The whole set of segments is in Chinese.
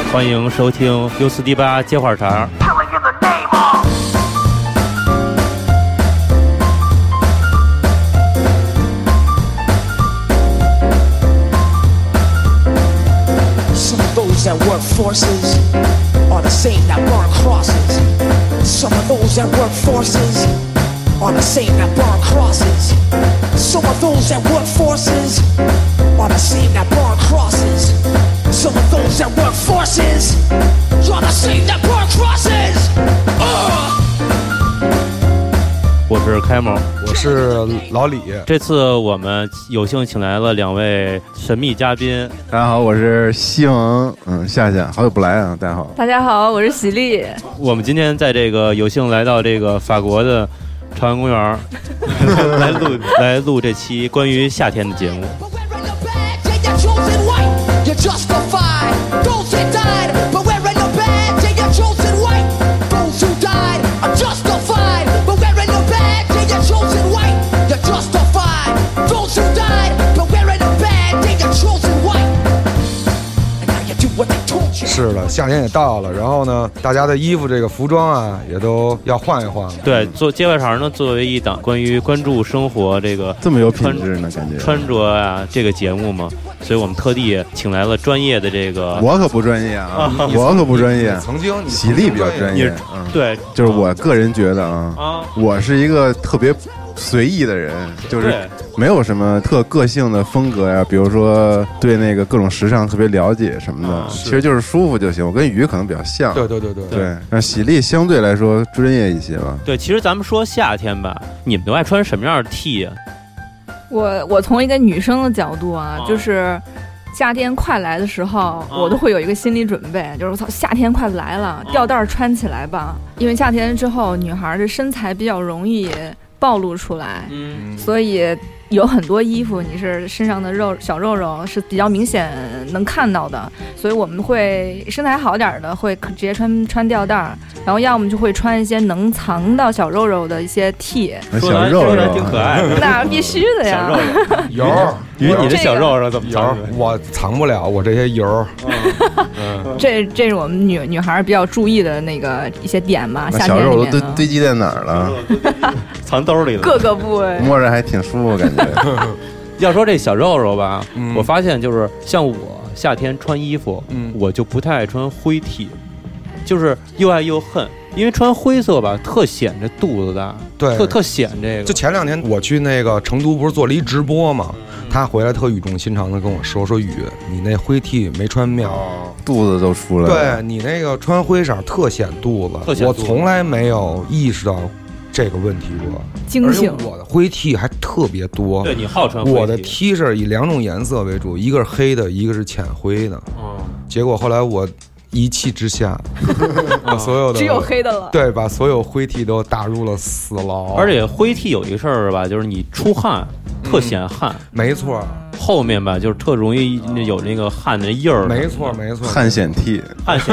欢迎收听U4D8接话茬。 That work forces are the same that burn crosses. Some of those that work forces are the same that burn crosses. Some of those that work forces are the same that burn crosses. Some of those that work forces are the same that burn crosses. 我是开蒙， 我是老李。 这次我们有幸请来了2位神秘嘉宾。 大家好，我是西蒙，夏夏，好久不来啊，大家好。 大家好，我是喜力。 我们今天在这个有幸来到这个法国的朝阳公园来录这期关于夏天的节目。 是的，夏天也到了，然后呢，大家的衣服这个服装啊，也都要换一换了。 对，做接话茬呢，作为一档关于关注生活这个这么有品质呢，感觉穿着啊这个节目嘛，所以我们特地请来了专业的这个。 我可不专业啊，我可不专业。 曾经喜力比较专业， 对， 就是我个人觉得啊，我是一个特别随意的人，就是没有什么特个性的风格呀，比如说对那个各种时尚特别了解什么的，其实就是舒服就行。我跟雨可能比较像，对，但喜力相对来说专业一些吧。 对，其实咱们说夏天吧，你们都爱穿什么样的 T 啊？ 我从一个女生的角度啊，就是夏天快来的时候，我都会有一个心理准备，就是我操，夏天快来了，吊带穿起来吧，因为夏天之后，女孩的身材比较容易暴露出来，所以有很多衣服你是身上的小肉肉是比较明显能看到的，所以我们会身材好点的会直接穿吊带，然后要么就会穿一些能藏到小肉肉的一些 T。 小肉肉挺可爱的， 那必须的呀。 油， 与你的小肉肉怎么藏？ 我藏不了，我这些油。 这是我们女孩比较注意的那个一些点嘛。夏天小肉都堆积在哪儿了？ 藏兜里了， 各个部位， 摸着还挺舒服，感觉。 要说这小肉肉吧，我发现就是像我夏天穿衣服，我就不太爱穿灰 T， 就是又爱又恨，因为穿灰色吧，特显这肚子大， 对， 特显这个。 就前2天我去那个成都，不是做了一直播嘛，他回来特语重心长的跟我说雨，你那灰 T 没穿妙， 肚子都出来了。 对，你那个穿灰色特显肚子，我从来没有意识到这个问题过， 惊醒。 而且我的灰 T 还特别多。 对，你好穿灰 T。 我的 T 恤以2种颜色为主，一个是黑的，一个是浅灰的。结果后来我一气之下，把所有的只有黑的了。 对，把所有灰 T 都打入了死牢。 而且灰 T 有一个事儿吧，就是你出汗特显汗。 没错。 后面吧，就是特容易有那个汗的印儿。 没错。 汗显 T。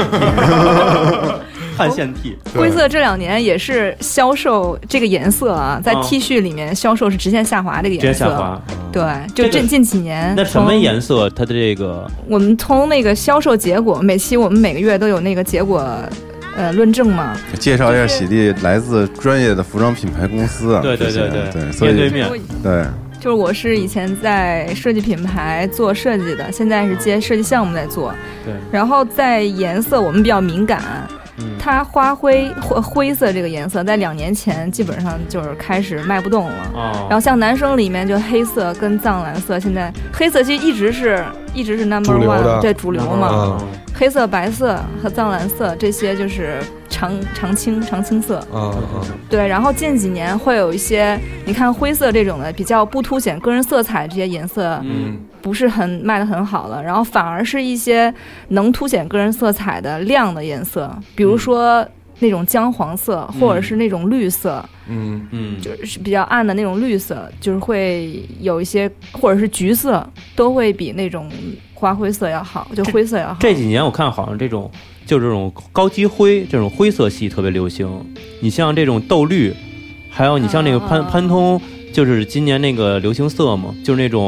汗腺 T， 灰色这2年也是销售这个颜色啊，在 T 恤里面销售是直线下滑这个颜色。 直线下滑。 对，就近几年。 那什么颜色？它的这个， 我们从那个销售结果，每期我们每个月都有那个结果。论证嘛， 介绍一下喜力来自专业的服装品牌公司啊。 对， 所以面对面。 对，就是我是以前在设计品牌做设计的，现在是接设计项目在做。 对， 然后在颜色我们比较敏感。它灰色这个颜色在2年前基本上就是开始卖不动了。然后像男生里面就黑色跟藏蓝色，现在黑色其实一直是 number one， 对，主流嘛。黑色、白色和藏蓝色这些就是常青色。对，然后近几年会有一些，你看灰色这种的比较不凸显个人色彩这些颜色，不是很卖得很好了，然后反而是一些能凸显个人色彩的亮的颜色，比如说那种姜黄色，或者是那种绿色，就是比较暗的那种绿色，就是会有一些，或者是橘色，都会比那种花灰色要好，就灰色要好。 这几年我看好像这种高级灰这种灰色系特别流行，你像这种豆绿，还有你像那个潘通，就是今年那个流行色嘛，就是那种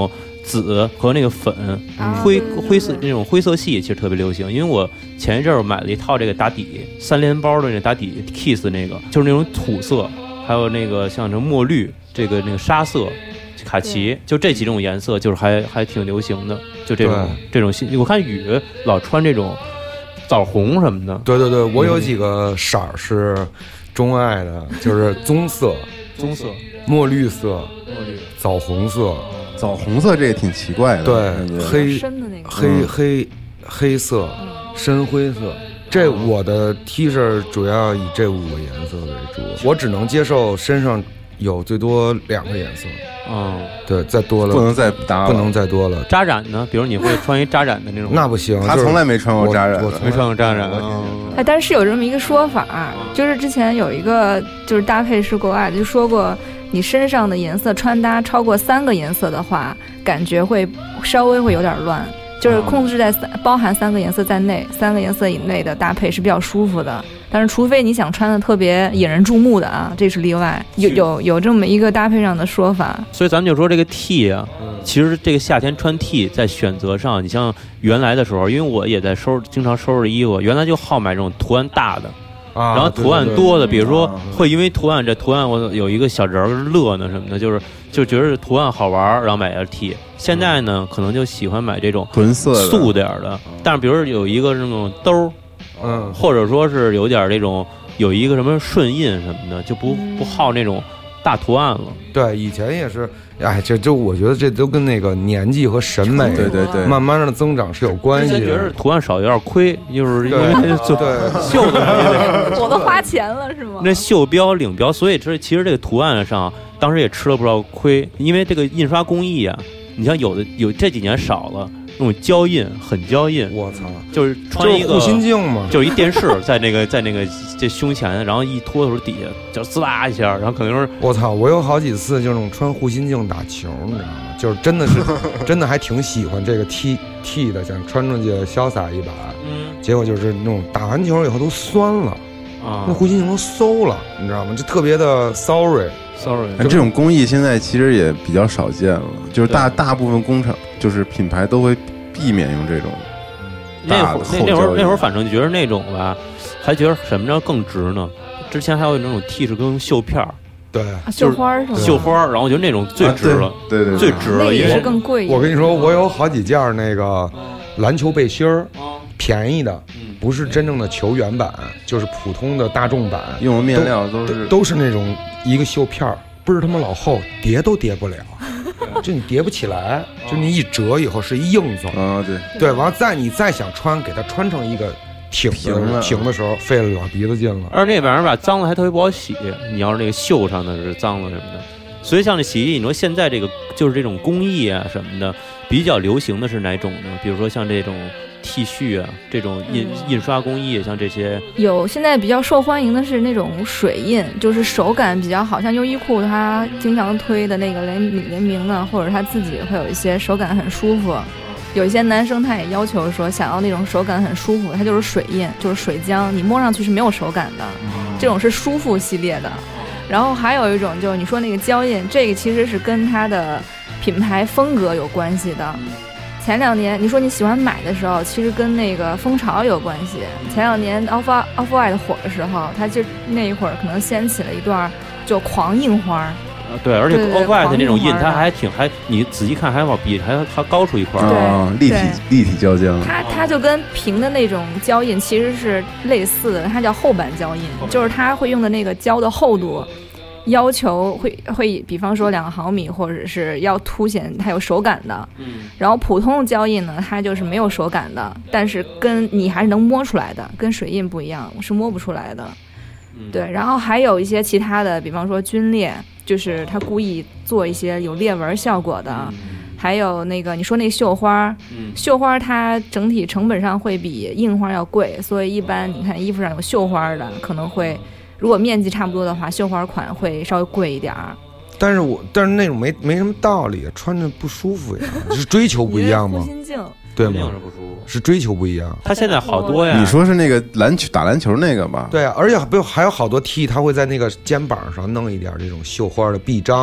紫和那个粉灰色那种灰色系其实特别流行。因为我前一阵儿买了一套这个打底3连包的那打底 Kiss 那个，就是那种土色，还有那个像这墨绿那个沙色。卡其就这几种颜色就是还挺流行的，就这种我看雨老穿这种枣红什么的。 对，我有几个色儿是钟爱的，就是棕色、墨绿色、枣红色。 枣红色这也挺奇怪的， 对，黑色、深灰色。这我的 T 恤主要以这5个颜色为主，我只能接受身上有最多2个颜色。对，再多了不能再搭了， 不能再多了。 扎染呢？比如你会穿一扎染的那种？ 那不行， 他从来没穿过扎染， 没穿过扎染。 但是有这么一个说法，就是之前有一个就是搭配师国外就说过，你身上的颜色穿搭超过3个颜色的话，感觉会稍微会有点乱。就是控制在包含3个颜色在内，3个颜色以内的搭配是比较舒服的。但是除非你想穿的特别引人注目的啊，这是例外。有这么一个搭配上的说法。 所以咱们就说这个 T 啊，其实这个夏天穿 T 在选择上，你像原来的时候，因为我也在经常收拾衣服，原来就好买这种图案大的。然后图案多的，比如说会因为图案我有一个小人乐呢什么的，就觉得图案好玩，然后买了 T。现在呢，可能就喜欢买这种纯色的素点的，但是比如有一个那种兜，或者说是有点这种有一个什么顺印什么的，就不好那种大图案了。 对，以前也是，就我觉得这都跟那个年纪和审美对慢慢的增长是有关系的。 觉得图案少有点亏，就是因为绣的我都花钱了是吗？ 那绣标领标，所以其实这个图案上当时也吃了不少亏，因为这个印刷工艺啊，你像有这几年少了。那种胶印，很胶印， 我操！ 就是穿一个护心镜嘛， 就是一电视在那个这胸前，然后一脱的时候底下就滋啦一下，然后可能是我操！我有好几次就那种穿护心镜打球，你知道吗？就是真的还挺喜欢这个 T 的，想穿出去潇洒一把。结果就是那种打完球以后都酸了那护心镜都馊了，你知道吗？就特别的 sorry。 这种工艺现在其实也比较少见了，就是大部分工厂就是品牌都会避免用这种大的厚胶印。 那会儿反正就觉得那种吧，还觉得什么叫更值呢？之前还有那种 T 恤跟绣片儿， 对， 绣花是吗？ 绣花，然后我觉得那种最值了， 对， 最值了， 也是更贵。 我跟你说，我有好几件那个篮球背心儿，便宜的，不是真正的球员版，就是普通的大众版， 用的面料都是那种一个绣片儿，倍儿他妈老厚，叠都叠不了，就你叠不起来，就你一折以后是一硬子对，完了你再想穿，给它穿成一个挺的时候，费了老鼻子劲了。 而那玩意儿吧，脏了还特别不好洗，你要是那个绣上的是脏了什么的。所以像这洗衣，你说现在这个就是这种工艺啊什么的，比较流行的是哪种呢？比如说像这种 T 恤啊，这种印刷工艺，像这些现在比较受欢迎的是那种水印，就是手感比较好，像优衣库它经常推的那个联名啊，或者他自己会有一些手感很舒服。有一些男生他也要求说想要那种手感很舒服，它就是水印，就是水浆，你摸上去是没有手感的，这种是舒服系列的。然后还有一种就是你说那个胶印，这个其实是跟它的品牌风格有关系的。前2年你说你喜欢买的时候，其实跟那个风潮有关系。前2年 Off-White 火的时候，它就那一会儿可能掀起了一段就狂印花。 对，而且 Off-White 那种印，它还你仔细看还比还高出一块立体胶浆。 它就跟平的那种胶印其实是类似的，它叫厚板胶印，就是它会用的那个胶的厚度，要求会比方说2毫米，或者是要凸显它有手感的。然后普通的胶印呢，它就是没有手感的，但是跟你还是能摸出来的，跟水印不一样，是摸不出来的。对，然后还有一些其他的，比方说皲裂，就是它故意做一些有裂纹效果的。还有那个你说那个绣花，绣花它整体成本上会比印花要贵，所以一般你看衣服上有绣花的，可能会如果面积差不多的话，绣花款会稍微贵一点儿。 但是那种没什么道理，穿着不舒服呀，是追求不一样吗？ 护心镜对吗？是追求不一样。 他现在好多呀。 你说是那个打篮球那个吧？ 对啊，而且还有好多 T， 他会在那个肩膀上弄一点这种绣花的臂章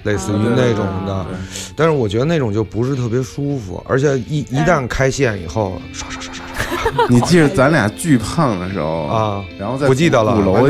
类似于那种的。但是我觉得那种就不是特别舒服，而且一旦开线以后，刷。 你记得咱俩巨胖的时候啊， 然后在不记得了， 鼓楼去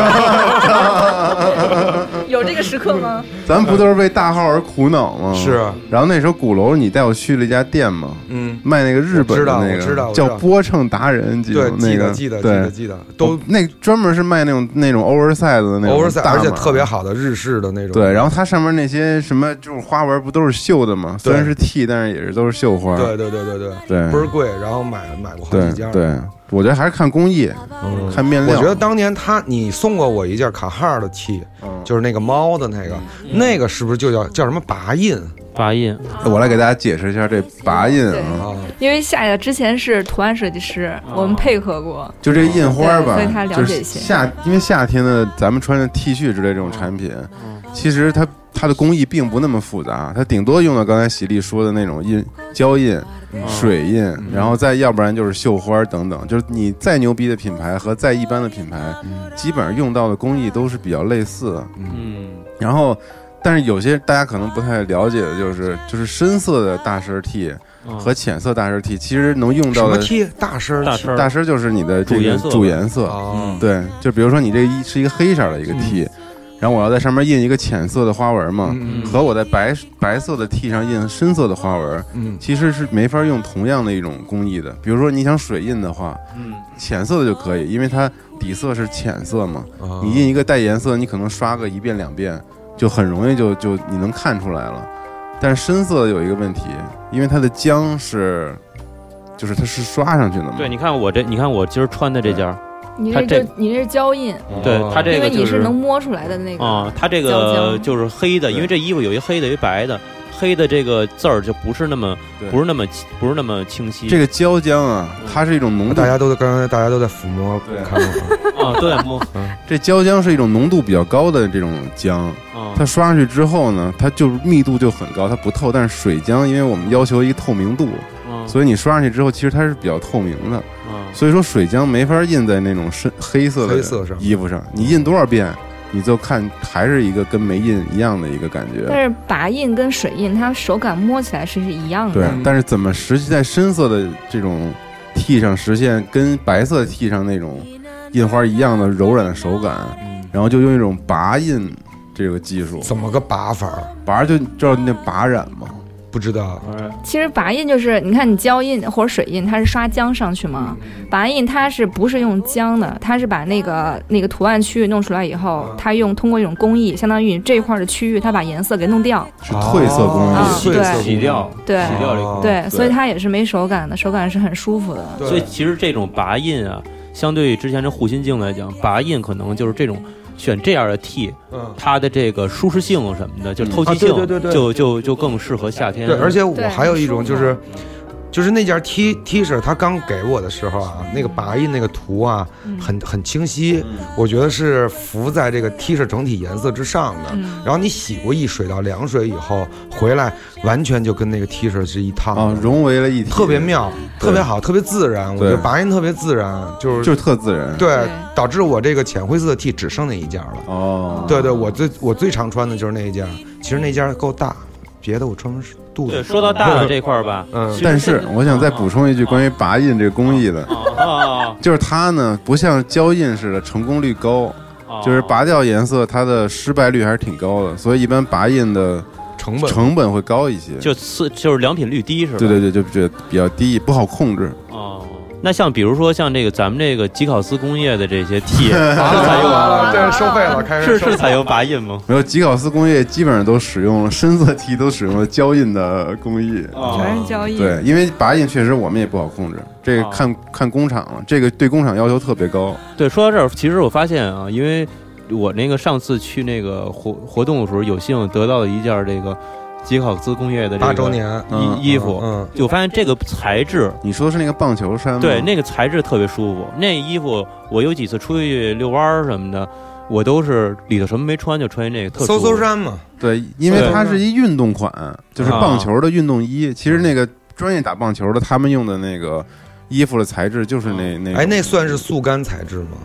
有这个时刻吗？ 咱不都是为大号而苦恼吗？ 是。 然后那时候鼓楼，你带我去了一家店嘛，卖那个日本的那个叫波秤达人， 记得那个记得都那专门是卖那种 oversize 的那种 oversize， 而且特别好的日式的那种。 对，然后它上面那些什么这种花纹不都是绣的吗？虽然是 T， 但是也是都是绣花。 对，倍儿贵，然后买过好几件。 对，我觉得还是看工艺，看面料。 我觉得当年你送过我一件卡哈的 T，就是那个猫的那个是不是就叫什么拔印？ 拔印， 我来给大家解释一下这拔印啊。 因为夏夏之前是图案设计师，我们配合过， 就这印花吧， 所以他了解一些。 因为夏天的咱们穿的 T 恤之类这种产品，其实它的工艺并不那么复杂，它顶多用到刚才喜力说的那种胶印、水印，然后再要不然就是绣花等等。就是你再牛逼的品牌和再一般的品牌，基本上用到的工艺都是比较类似的。然后。但是有些大家可能不太了解的就是深色的大身 T 和浅色大身 T， 其实能用到的什么 T 大身就是你的这个主颜色。对，就比如说你这是一个黑色的一个 T，然后我要在上面印一个浅色的花纹嘛，和我在白色的 T 上印深色的花纹，其实是没法用同样的一种工艺的。比如说你想水印的话，浅色的就可以，因为它底色是浅色嘛，你印一个带颜色，你可能刷个1遍2遍。就很容易就你能看出来了，但是深色有一个问题，因为它的浆就是它是刷上去的嘛。 对，你看我今儿穿的这件， 你这是胶印， 对，它这个因为你是能摸出来的那个它这个就是黑的，因为这衣服有一黑的，有一白的。黑的这个字儿就不是那么清晰。 这个胶浆啊，它是一种浓度， 刚才大家都在抚摸，看啊，对，摸。 这胶浆是一种浓度比较高的这种浆，它刷上去之后呢，它就密度就很高，它不透。但是水浆，因为我们要求一个透明度，所以你刷上去之后，其实它是比较透明的。所以说水浆没法印在那种黑色的衣服上，你印多少遍。你就看还是一个跟没印一样的一个感觉， 但是拔印跟水印它手感摸起来是一样的。 对，但是怎么实际在深色的这种 T 上实现跟白色 T 上那种印花一样的柔软的手感，然后就用一种拔印这个技术。 怎么个拔法？ 拔就知道那拔染吗？ 不知道。 其实拔印就是你看你胶印或者水印，它是刷浆上去嘛。拔印它是不是用浆的？它是把那个图案区域弄出来以后，它通过一种工艺，相当于这块的区域，它把颜色给弄掉， 是褪色工艺， 洗掉， 对， 洗掉这个， 对，所以它也是没手感的，手感是很舒服的。 所以其实这种拔印啊，相对于之前这护心镜来讲，拔印可能就是这种。选这样的 T，它的这个舒适性什么的，就是透气性，就更适合夏天。 对，而且我还有一种就是那件 T 恤，他刚给我的时候啊，那个拔印那个图啊，很清晰，我觉得是浮在这个 T 恤整体颜色之上的。然后你洗过一水到2水以后回来，完全就跟那个 T 恤是一套啊，融为了一体， 特别妙，特别好，特别自然。我觉得拔印特别自然， 就是特自然。 对，导致我这个浅灰色的 T 只剩那一件了。哦，对，我最常穿的就是那一件，其实那件够大。别的我穿的是肚子。 对，说到大的这块吧， 但是我想再补充一句关于拔印这个工艺的，就是它呢不像胶印似的成功率高，就是拔掉颜色它的失败率还是挺高的，所以一般拔印的成本会高一些， 就是良品率低是吧？ 对，就比较低，不好控制。 那像比如说像这个咱们这个吉考斯工业的这些 T， 这收费了，开始是采用拔印吗？ 没有，吉考斯工业基本上都使用了深色 T， 都使用了胶印的工艺， 全是胶印。 对，因为拔印确实我们也不好控制，这个看工厂了，这个对工厂要求特别高。 对，说到这儿，其实我发现啊，因为我那个上次去那个活动的时候，有幸得到了一件这个。吉考斯工业的这个 8周年衣服，就发现这个材质， 你说是那个棒球衫吗？ 对，那个材质特别舒服。那衣服我有几次出去遛弯什么的，我都是里头什么没穿就穿那个特嗖衫嘛。 对，因为它是一运动款，就是棒球的运动衣。其实那个专业打棒球的，他们用的那个衣服的材质就是那那算是速干材质吗？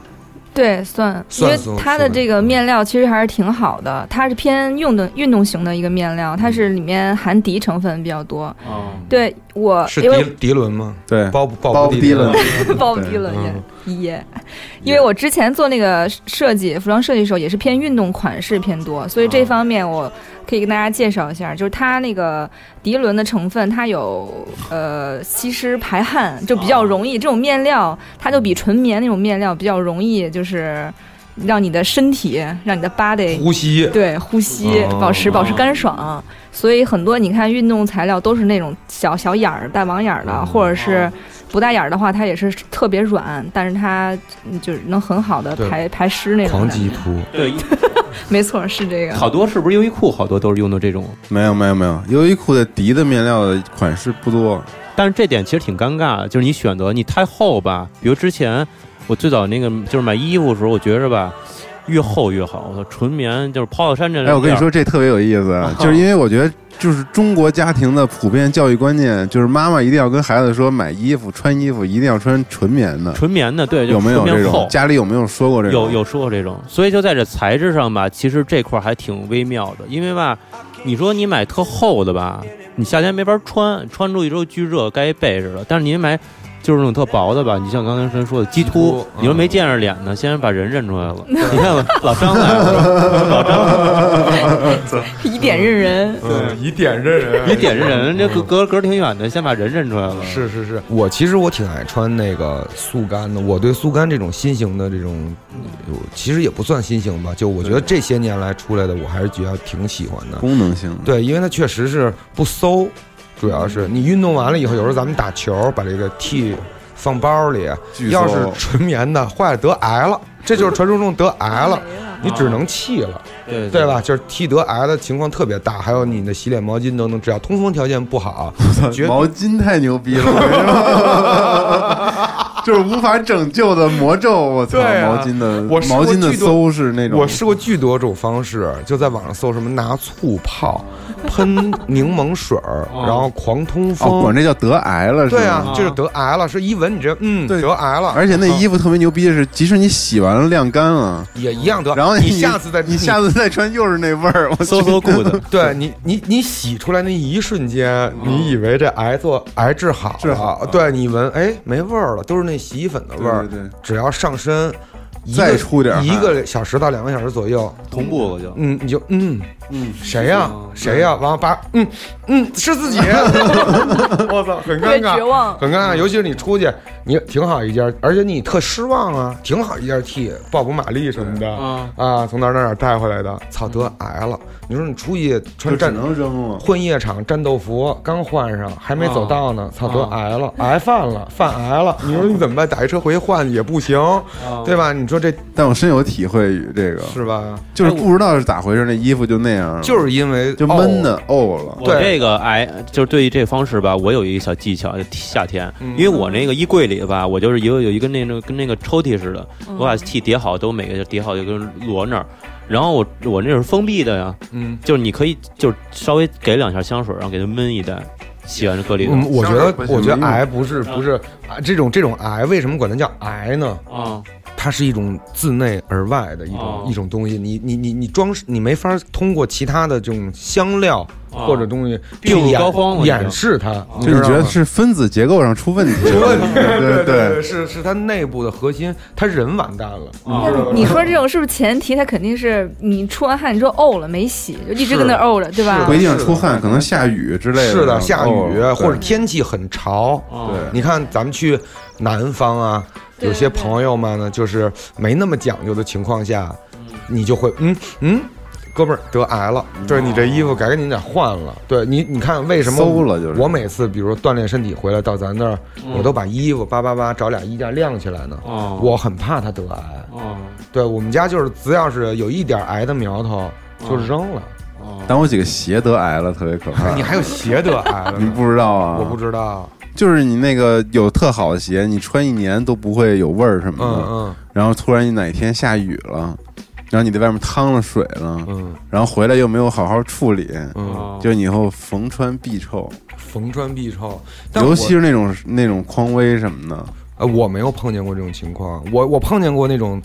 对，算，因为它的这个面料其实还是挺好的，它是偏运动型的一个面料，它是里面含涤成分比较多。哦，对，我是涤纶吗？ 对， 包涤纶， 包涤纶耶。因为我之前做那个服装设计的时候，也是偏运动款式偏多，所以这方面我可以跟大家介绍一下，就是它那个涤纶的成分，它有吸湿排汗，就比较容易。这种面料它就比纯棉那种面料比较容易，就是让你的身体，让你的 body 呼吸保持干爽。所以很多你看运动材料都是那种小眼儿带网眼儿的，或者是不带眼儿的话，它也是特别软，但是它就是能很好的排湿那种。 狂击突， 对， 没错，是这个。 好多是不是优衣库好多都是用的这种？ 没有，优衣库的涤的面料的款式不多， 但是这点其实挺尴尬的，就是你选择你太厚吧，比如之前我最早那个就是买衣服的时候，我觉着吧。越厚越好，纯棉就是跑山这。 哎，我跟你说，这特别有意思，就是因为我觉得，就是中国家庭的普遍教育观念，就是妈妈一定要跟孩子说，买衣服、穿衣服一定要穿纯棉的。对， 有没有这种？家里有没有说过这种？ 有说过这种。所以就在这材质上吧，其实这块还挺微妙的，因为吧，你说你买特厚的吧，你夏天没法穿出去之后巨热，该被似的。但是你买。就是那种特薄的吧，你像刚才神说的鸡突，你说没见着脸呢，先把人认出来了。你看老张来了，老张以点认人， 对，以点认人， 这隔挺远的，先把人认出来了。 是，我其实挺爱穿那个速干的，我对速干这种新型的这种，其实也不算新型吧，就我觉得这些年来出来的，我还是觉得挺喜欢的， 功能性的。 对，因为它确实是不馊。主要是你运动完了以后，有时候咱们打球，把这个 T 放包里，要是纯棉的坏了得癌了，这就是传说中得癌了，你只能弃了，对吧？就是 T 得癌的情况特别大，还有你的洗脸毛巾等等，只要通风条件不好， 毛巾太牛逼了。就是无法拯救的魔咒，我操！毛巾的搜是那种， 我试过巨多种方式，就在网上搜什么拿醋泡、喷柠檬水然后狂通风， 管这叫得癌了，是吧？ 对啊，就是得癌了，是一闻你这对得癌了。 而且那衣服特别牛逼的是，即使你洗完了晾干了， 也一样得。 然后你下次再穿又是那味儿，我搜顾的。 对你洗出来那一瞬间，你以为这癌治好了，对你闻没味儿了，都是那洗衣粉的味儿， 对， 只要上身再出点 1个小时到2个小时左右， 同步了就， 你就谁呀？完了把是自己，我操，很尴尬， 绝望， 很尴尬。尤其是你出去，你挺好一件，而且你特失望啊，挺好一件 T， 鲍勃玛丽什么的啊，从哪带回来的，操，得癌了。你说你出去穿只能扔了， 混夜场战斗服刚换上，还没走到呢，操，得癌了，癌犯癌了。你说你怎么办？打一车回去换也不行，对吧？你说这， 但我深有体会与这个， 是吧？ 就是不知道是咋回事，那衣服就那样， 就是因为就闷的沤了。 我这个就是对于这方式吧，我有一个小技巧，夏天，因为我那个衣柜里吧，我就是有一个跟那个抽屉似的，我把 T 叠好，都每个叠好就跟摞那儿。然后我那是封闭的呀，就是你可以就是稍微给2下香水，然后给它闷一袋，洗完这颗粒。 我觉得癌不是这种癌，为什么管它叫癌呢？它是一种自内而外的一种东西，你装饰你没法通过其他的这种香料或者东西病入膏肓掩饰它。 就你觉得是分子结构上出问题？对， 是它内部的核心，它人完蛋了。 你说这种是不是前提？它肯定是你出完汗，你说沤了没洗，就一直跟那沤着，对吧？ 不一定出汗，可能下雨之类的。 是的，下雨或者天气很潮。对，你看咱们去南方啊。有些朋友们呢，就是没那么讲究的情况下，你就会哥们儿得癌了，对你这衣服赶紧得换了。对你看为什么馊了？就是我每次比如说锻炼身体回来到咱那儿，我都把衣服叭找俩衣架晾起来呢。我很怕他得癌。对我们家就是只要是有一点癌的苗头就扔了。 但我几个鞋得癌了，特别可怕。 你还有鞋得癌了？ 你不知道啊？ 我不知道。 就是你那个有特好的鞋，你穿1年都不会有味儿什么的。然后突然你哪天下雨了，然后你在外面趟了水了，然后回来又没有好好处理，就你以后逢穿必臭。尤其是那种匡威什么的。 我没有碰见过这种情况，我碰见过那种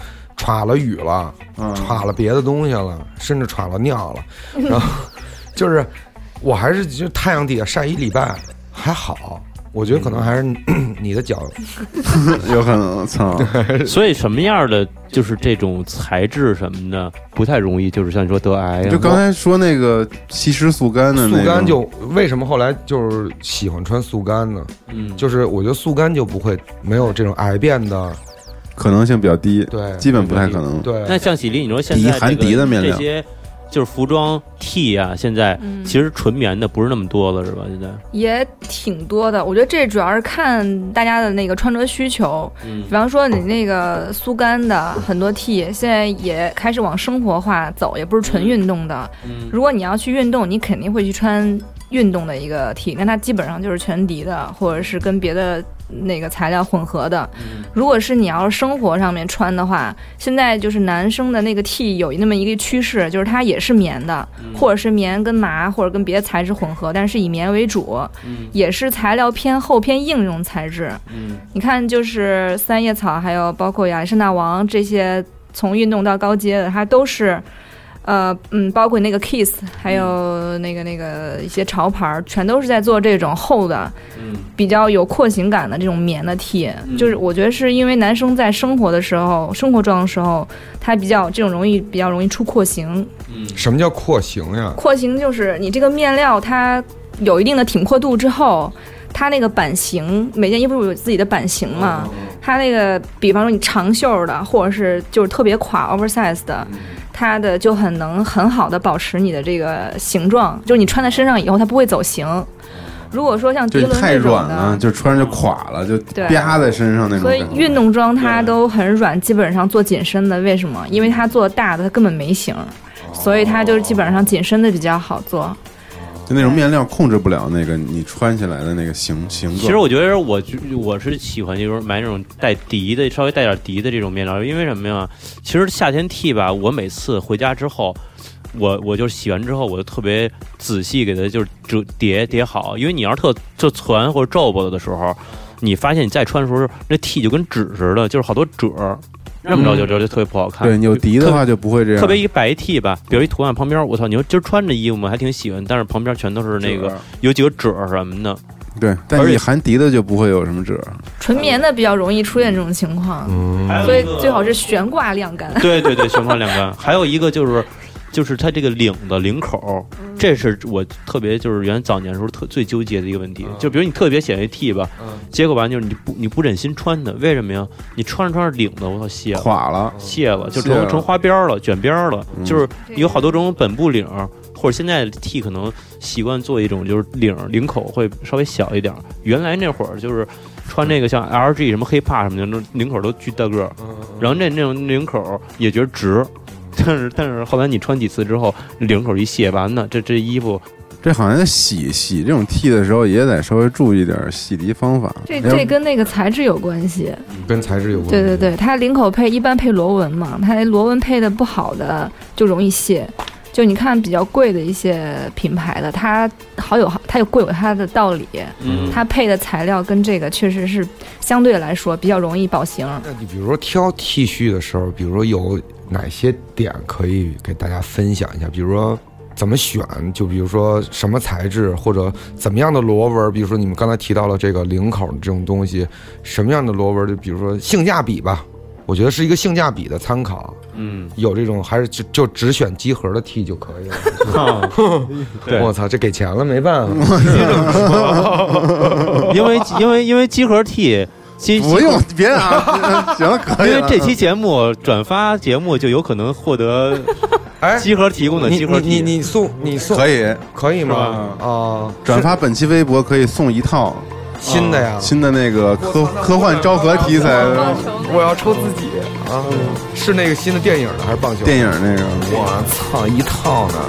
歘了雨了，歘了别的东西了，甚至歘了尿了，然后就是我还是就太阳底下晒1礼拜还好。我觉得可能还是你的脚有可能，操！ 所以什么样的就是这种材质什么的不太容易，就是像你说得癌。 就刚才说那个吸湿速干的那个， 速干就为什么后来就是喜欢穿速干呢？就是我觉得速干就不会没有这种癌变的可能性比较低， 对， 基本不太可能。 对， 那像喜力，你说现在含涤的面料这些。就是服装 T 啊，现在其实纯棉的不是那么多了，是吧？现在也挺多的。我觉得这主要是看大家的那个穿着需求。比方说你那个速干的很多 T， 现在也开始往生活化走，也不是纯运动的。如果你要去运动，你肯定会去穿运动的一个 T， 那它基本上就是全涤的，或者是跟别的那个材料混合的。如果是你要生活上面穿的话，现在就是男生的那个 T 有那么一个趋势，就是它也是棉的，或者是棉跟麻或者跟别的材质混合，但是以棉为主，也是材料偏厚偏硬这种材质。你看就是三叶草还有包括亚历山大王这些从运动到高阶的，它都是包括那个 Kiss 还有那个一些潮牌，全都是在做这种厚的比较有廓形感的这种棉的 T。就是我觉得是因为男生在生活的时候生活装的时候他比较容易出廓形。 什么叫廓形呀？ 廓形就是你这个面料它有一定的挺阔度之后，它那个版型，每件衣服有自己的版型嘛，它那个比方说你长袖的或者是就是特别垮 oversize 的，它的就很好的保持你的这个形状，就是你穿在身上以后它不会走形。如果说像涤纶这种的， 太软了，就穿着就垮了，就啪在身上那种。 所以运动装它都很软，基本上做紧身的，为什么？因为它做大的它根本没型，所以它就是基本上紧身的比较好做。 就那种面料控制不了那个你穿起来的那个形状。 其实我觉得我是喜欢就是买那种带涤的，稍微带点涤的这种面料，因为什么呀？其实夏天 T 吧，我每次回家之后，我就洗完之后，我就特别仔细给它就是叠好，因为你要是特攒或者皱巴的时候，你发现你再穿的时候，那 T 就跟纸似的，就是好多褶。这么着就特别不好看。 对，你有涤的话就不会这样。 特别一白 T 吧，比如一图案旁边，我操，你说今儿穿着衣服嘛，还挺喜欢，但是旁边全都是那个有几个褶什么的。 对，但你含涤的就不会有什么褶。 纯棉的比较容易出现这种情况，所以最好是悬挂晾干。 对，悬挂晾干。还有一个就是它这个领口，这是我特别就是原来早年的时候最纠结的一个问题。就比如你特别喜欢一 T 吧，结果吧就是你不忍心穿它，为什么呀？你穿着领的，我操，卸了， 垮了， 卸了，就成花边了，卷边了。就是有好多种本部领，或者现在的 T 可能习惯做一种就是领口会稍微小一点。原来那会儿就是穿那个像 LG 什么黑怕什么的，那领口都巨大个，然后那种领口也觉得值。但是后来你穿几次之后，领口一卸完呢，这衣服， 这好像洗这种 T 的时候也得稍微注意点洗涤方法。 这跟那个材质有关系， 跟材质有关系。 对，它领口一般配螺纹嘛，它螺纹配的不好的就容易卸。就你看比较贵的一些品牌的，它有贵有它的道理，它配的材料跟这个确实是相对来说比较容易保型。 那你比如说挑 T 恤的时候，比如说有哪些点可以给大家分享一下？比如说怎么选，就比如说什么材质或者怎么样的螺纹，比如说你们刚才提到了这个领口这种东西，什么样的螺纹，就比如说性价比吧，我觉得是一个性价比的参考。有这种还是就只选机盒的 T 就可以了。我操，这给钱了没办法。 因为机盒 T。 不用别啊，行，可以。 因为这期节目转发节目就有可能获得机盒提供的机盒 T。 你送可以吗？ 转发本期微博可以送一套新的呀， 新的那个科幻昭和题材的。 我要抽自己啊！是那个新的电影的还是棒球？ 电影那个。 我操，一套呢。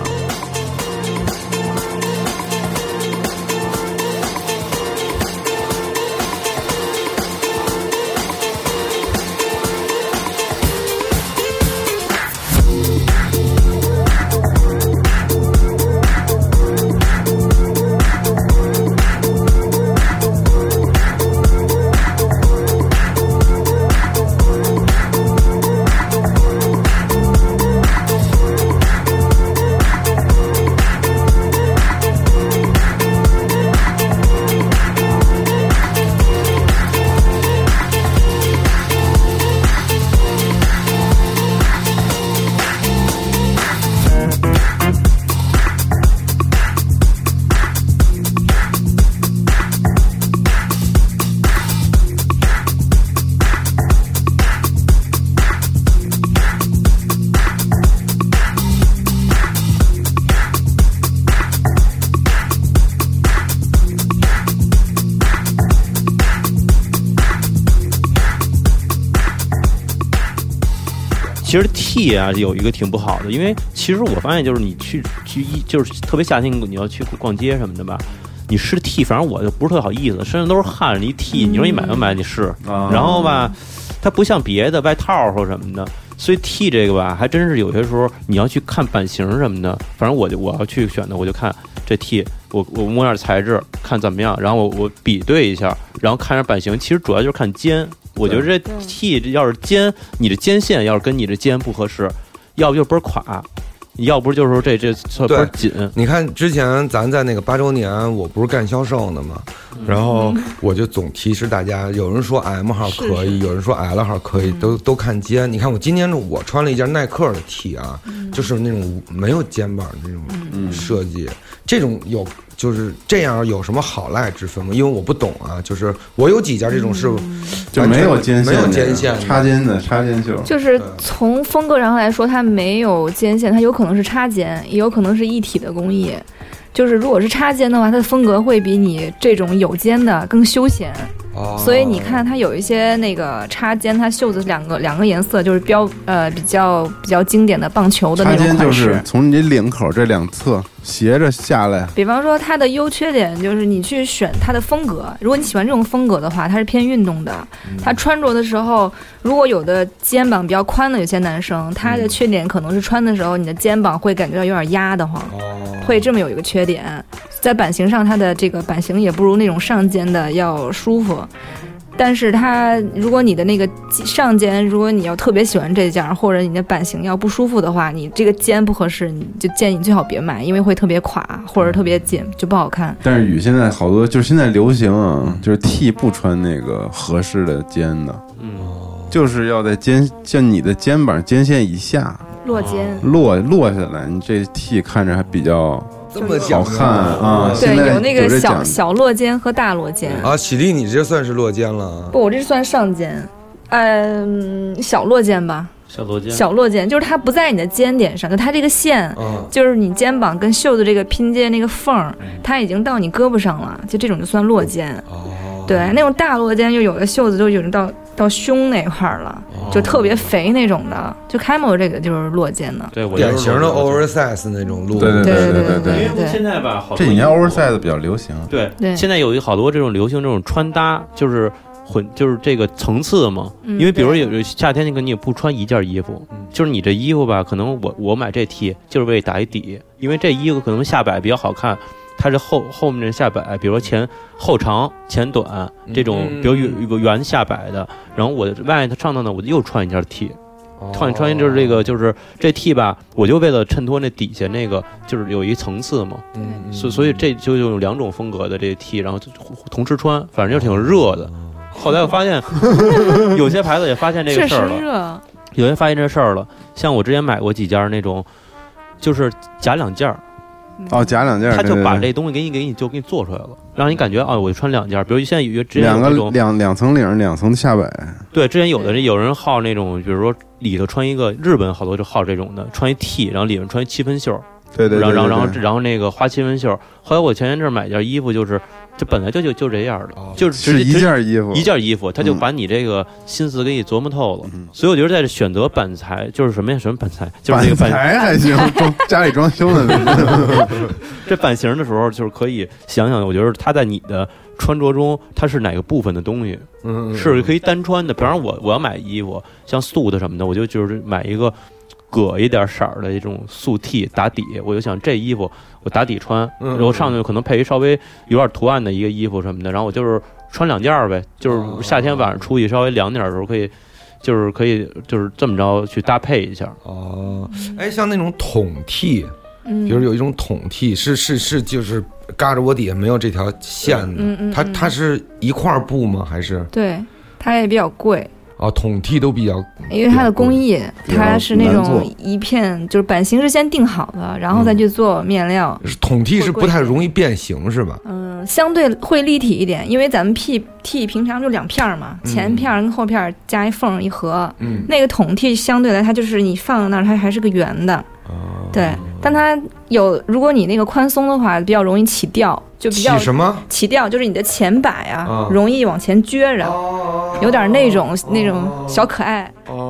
其实 T 啊有一个挺不好的，因为其实我发现就是你去就是特别夏天你要去逛街什么的吧，你试 T， 反正我就不是特别好意思，身上都是汗，你 T 你说你买不买你试，然后吧，它不像别的外套或什么的。所以 T 这个吧，还真是有些时候你要去看版型什么的，反正我要去选的，我就看这 T， 我摸点材质看怎么样，然后我比对一下，然后看下版型。其实主要就是看肩，我觉得这 T 要是肩，你的肩线要是跟你的肩不合适，要不就倍儿垮。要不就是说这倍儿紧。 你看之前咱在那个8周年，我不是干销售的嘛，然后我就总提示大家，有人说 M 号可以，有人说 L 号可以，都看肩。你看我今年我穿了一件耐克的 T 啊，就是那种没有肩膀的那种设计，这种就是这样有什么好赖之分吗？因为我不懂啊，就是我有几件这种是就没有肩线， 没有肩线， 插肩袖， 就是从风格上来说，它没有肩线，它有可能是插肩，也有可能是一体的工艺。就是如果是插肩的话，它的风格会比你这种有肩的更休闲。所以你看它有一些那个插肩，它袖子两个颜色就是比较经典的棒球的那种款式。插肩就是从你领口这两侧斜着下来。 比方说它的优缺点就是你去选它的风格，如果你喜欢这种风格的话，它是偏运动的。它穿着的时候，如果有的肩膀比较宽的有些男生，他的缺点可能是穿的时候你的肩膀会感觉到有点压得慌，会这么有一个缺点。在版型上，它的这个版型也不如那种上肩的要舒服。但是它，如果你的那个上肩，如果你要特别喜欢这件，或者你的版型要不舒服的话，你这个肩不合适，你就建议你最好别买，因为会特别垮或者特别紧，就不好看。 但是现在好多就是现在流行啊，就是 T 不穿那个合适的肩的，就是要在像你的肩膀肩线以下落肩落下来，你这 T 看着还比较。 这么好看啊！ 对，有那个小落肩和大落肩啊。喜力，你这算是落肩了？ 不，我这算上肩，小落肩吧。小落肩就是它不在你的肩点上，就它这个线，就是你肩膀跟袖子这个拼接那个缝，它已经到你胳膊上了，就这种就算落肩。对，那种大落肩就有的袖子就已经到胸那块了，就特别肥那种的，就 Camel 这个就是落肩的， 对， 典型的 oversize 那种路。 对。 因为现在吧，好多这几年 oversize 比较流行。 对，现在有好多这种流行这种穿搭，就是这个层次嘛。因为比如有夏天你也不穿一件衣服，就是你这衣服吧，可能我买这 T 就是为打一底，因为这衣服可能下摆比较好看。它是后面的下摆，比如说后长前短这种，比如有个圆下摆的，然后我外头上头呢，我就又穿一件 T， 穿一就是这 T 吧，我就为了衬托那底下那个就是有一层次嘛，所以这就有两种风格的这 T， 然后就同时穿，反正就挺热的。后来我发现有些牌子也发现这个事儿了，有些发现这事儿了，像我之前买过几件那种，就是夹两件。 夹两件， 他就把这东西给你做出来了，让你感觉我就穿两件。比如现在之前有那种两层领两层下摆。 对，之前有人好那种，比如说里头穿一个，日本好多就好这种的，穿一 T， 然后里面穿一七分袖。 对， 然后那个花七分袖。后来我前一阵买件衣服，就是这本来就这样的，就是一件衣服，他就把你这个心思给你琢磨透了。所以我觉得在这选择板材，就是什么板材，就是这个板材还行，家里装修的这版型的时候，就是可以想想，我觉得它在你的穿着中，它是哪个部分的东西，是可以单穿的。比方说我要买衣服，像素的什么的，我就是买一个。搁一点色儿的一种素 T 打底，我就想这衣服我打底穿，然后上去可能配一稍微有点图案的一个衣服什么的，然后我就是穿两件呗，就是夏天晚上出去稍微凉点的时候可以就是这么着去搭配一下。 像那种筒 T，比如有一种筒 T 是就是嘎着我底下没有这条线的，它是一块布吗？还是？ 对，它也比较贵。 筒 T 都比较， 因为它的工艺，它是那种一片，就是版型是先定好的，然后再去做面料。 筒 T 是不太容易变形是吧？ 相对会立体一点，因为咱们 T 平常就两片嘛，前片跟后片加一缝一合，那个筒 T 相对来它就是你放那儿它还是个圆的，对，但它如果你那个宽松的话，比较容易起调，就比较起调，就是你的前摆容易往前撅着，有点那种小可爱。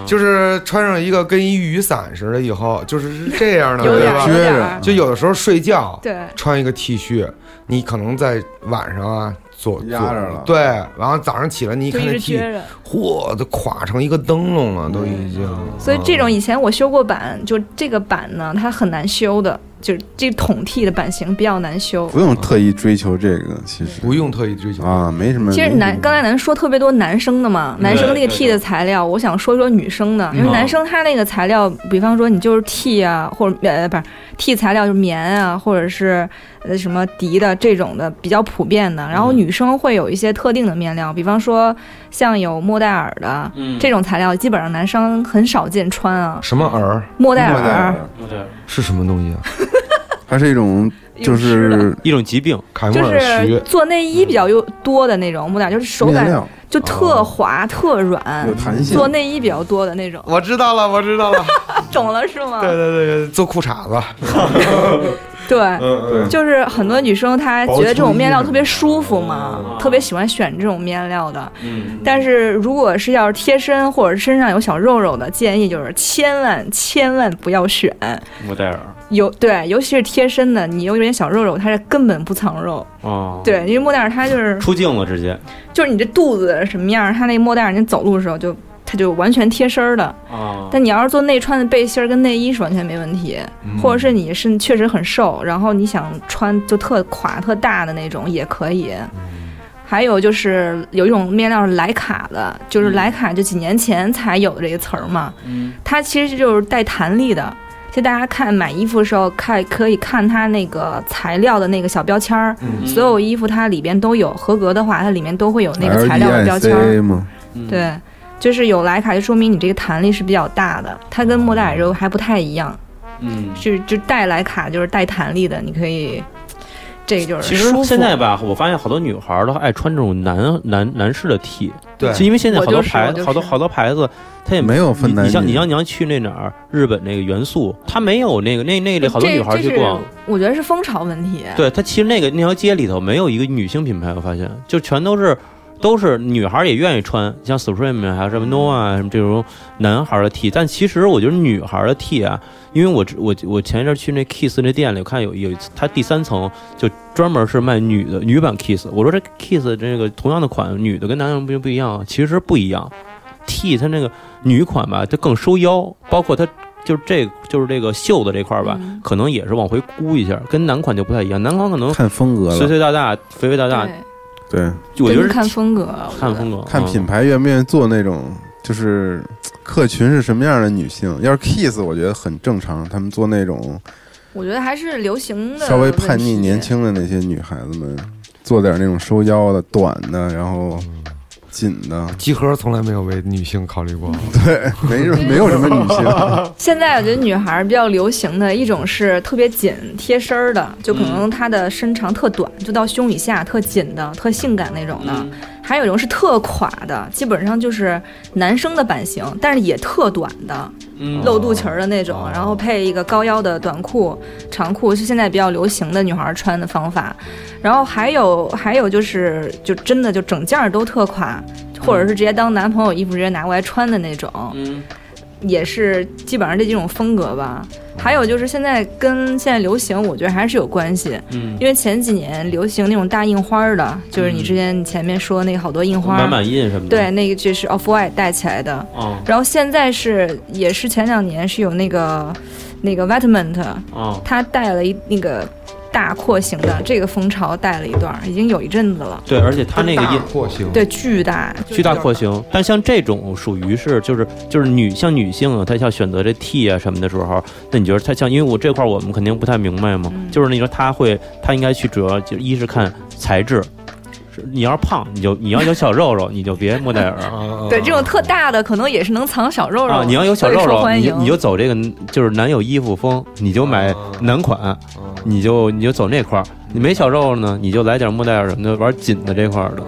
就是穿上一个跟一雨伞似的，以后就是这样的，对吧？ 撅着， 就有的时候睡觉， 对， 穿一个 T 恤，你可能在晚上啊。 压着了， 对，然后早上起来你一看那 T， 嚯，都垮成一个灯笼了，都已经。 所以这种以前我修过版，就这个版呢，它很难修的，就是这桶 T 的版型比较难修。 不用特意追求这个，其实不用特意追求啊，没什么。 其实刚才咱说特别多男生的嘛，男生那个 T 的材料，我想说说女生的，因为男生他那个材料，比方说你就是 T 啊，或者不是 T 材料就是棉啊，或者是什么涤的这种的比较普遍的，然后女生会有一些特定的面料，比方说像有莫代尔的这种材料，基本上男生很少见穿啊。 什么尔？ 莫代尔是什么东西啊？ 它是一种，就是一种疾病， 就是做内衣比较多的那种莫代尔，就是手感就特滑、特软， 有弹性， 做内衣比较多的那种。 我知道了， 懂了是吗？ 对，做裤衩子。 对，就是很多女生她觉得这种面料特别舒服嘛，特别喜欢选这种面料的。但是如果是要是贴身或者身上有小肉肉的，建议就是千万不要选莫代尔。 对，尤其是贴身的，你有点小肉肉，它是根本不藏肉。 哦， 对，因为莫代尔它就是出镜了，直接就是你这肚子什么样，它那莫代尔你走路的时候它就完全贴身的。但你要是做内穿的背心儿跟内衣是完全没问题，或者是你是确实很瘦，然后你想穿就特垮特大的那种也可以。还有就是有一种面料是莱卡的，就是莱卡就几年前才有的这个词儿嘛。它其实就是带弹力的。其实大家看买衣服的时候可以看它那个材料的那个小标签儿，所有衣服它里边都有，合格的话它里面都会有那个材料的标签儿。对。就是有莱卡，就说明你这个弹力是比较大的，它跟莫代尔还不太一样。就带莱卡就是带弹力的，你可以，这个就是其实现在吧，我发现好多女孩都爱穿这种男士的 T， 对， 因为现在好多牌子，好多牌子它也没有分男女。 你要去那哪儿，日本那个元素，它没有那个那里好多女孩去逛， 我觉得是风潮问题。 对，它其实那条街里头没有一个女性品牌，我发现就全都是女孩也愿意穿，像 Supreme 还有什么 Noah 什么这种男孩的 T， 但其实我觉得女孩的 T 啊，因为我前一阵去那 Kiss 那店里，我看有它第3层就专门是卖女版 Kiss， 我说这 Kiss 这个同样的款，女的跟男人不一样，其实不一样。T 它那个女款吧，它更收腰，包括它就是这个袖子这块吧，可能也是往回箍一下，跟男款就不太一样。男款可能看风格了， 肥大，肥大。 对， 我觉得看风格， 看品牌愿不愿意做那种，就是客群是什么样的女性。要是 Kiss， 我觉得很正常，他们做那种， 我觉得还是流行的， 稍微叛逆年轻的那些女孩子们，做点那种收腰的、短的，然后紧的。 集合从来没有为女性考虑过， 对，没有什么女性。 现在我觉得女孩比较流行的一种是特别紧贴身的，就可能她的身长特短，就到胸以下，特紧的、特性感那种的。还有一种是特垮的，基本上就是男生的版型，但是也特短的，露肚脐的那种，然后配一个高腰的短裤、长裤，是现在比较流行的女孩穿的方法。然后还有就是真的就整件都特垮，或者是直接当男朋友衣服直接拿过来穿的那种，也是基本上这几种风格吧。还有就是现在跟现在流行，我觉得还是有关系。因为前几年流行那种大印花的，就是你前面说那个好多印花， 满印什么的。 对，那个就是 Off-White 带起来的。然后现在也是前2年是有那个 Vitamin， 它带了那个大廓形的这个风潮带了一段，已经有一阵子了。 对，而且它那个廓形， 对，巨大廓形。但像这种属于是就是像女性啊，她要选择这 T 啊什么的时候，那你觉得她像，因为我这块我们肯定不太明白嘛，就是你说她应该去主要就一是看材质。你要是胖，你要有小肉肉，你就别莫代尔。 对，这种特大的可能也是能藏小肉肉。 你要有小肉肉，你就走这个就是男友衣服风，你就买男款，你就走那块儿。你没小肉肉呢，你就来点莫代尔什么的，玩紧的这块的。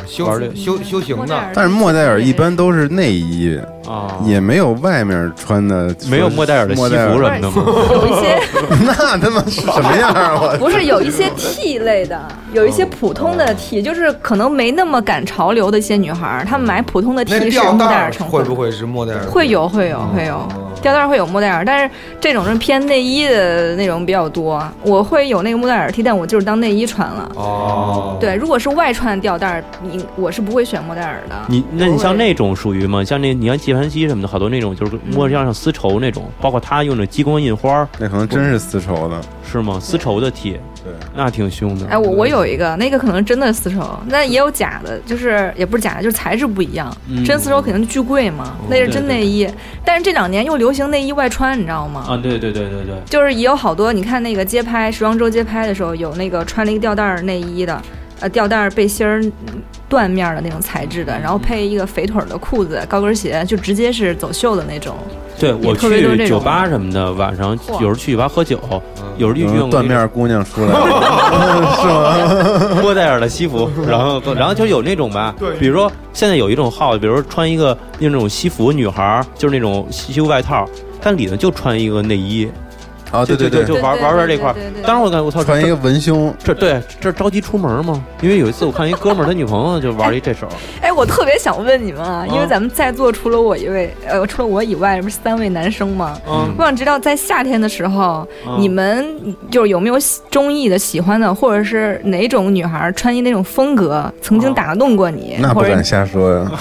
修行的。 但是莫代尔一般都是内衣啊，也没有外面穿的， 没有莫代尔的西服什么的吗？ 有一些那他妈是什么样啊？ 不是有一些 T 类的，有一些普通的 T，就是可能没那么赶潮流的一些女孩，她们买普通的 T 是莫代尔成分， 会不会是莫代尔？ 会有，吊带会有莫代尔，但是这种是偏内衣的那种比较多。我会有那个莫代尔 T， 但我就是当内衣穿了。哦，对，如果是外穿吊带，我是不会选莫代尔的。 你像那种属于吗？像你像纪梵希什么的，好多那种就是摸像丝绸那种，包括他用的激光印花， 那可能真是丝绸的， 是吗？丝绸的 T。对，那挺凶的。 哎，我有一个，那个可能真的丝绸，那也有假的，就是也不是假的，就是材质不一样。真丝绸肯定巨贵嘛，那是真内衣。但是这2年又流行内衣外穿，你知道吗？ 啊，对， 就是也有好多，你看那个街拍，时装周街拍的时候，有那个穿了一个吊带内衣的，吊带背心儿。缎面的那种材质的，然后配一个肥腿的裤子、高跟鞋，就直接是走秀的那种。 对，我去酒吧什么的，晚上有时候去酒吧喝酒，有时候用缎面姑娘出来了，是吗？ 莫代尔的西服，然后就有那种吧，比如说现在有一种号，比如说穿一个那种西服，女孩就是那种西服外套，但里头就穿一个内衣。 啊，对， 就玩这块。当时我感觉我操， 穿一个文胸， 这着急出门吗？因为有一次我看一哥们儿他女朋友就玩一这手。 哎，我特别想问你们啊，因为咱们在座除了我以外，不是3位男生吗？我想知道在夏天的时候，你们就是有没有中意的、喜欢的，或者是哪种女孩穿衣那种风格曾经打动过你？ 那不敢瞎说呀。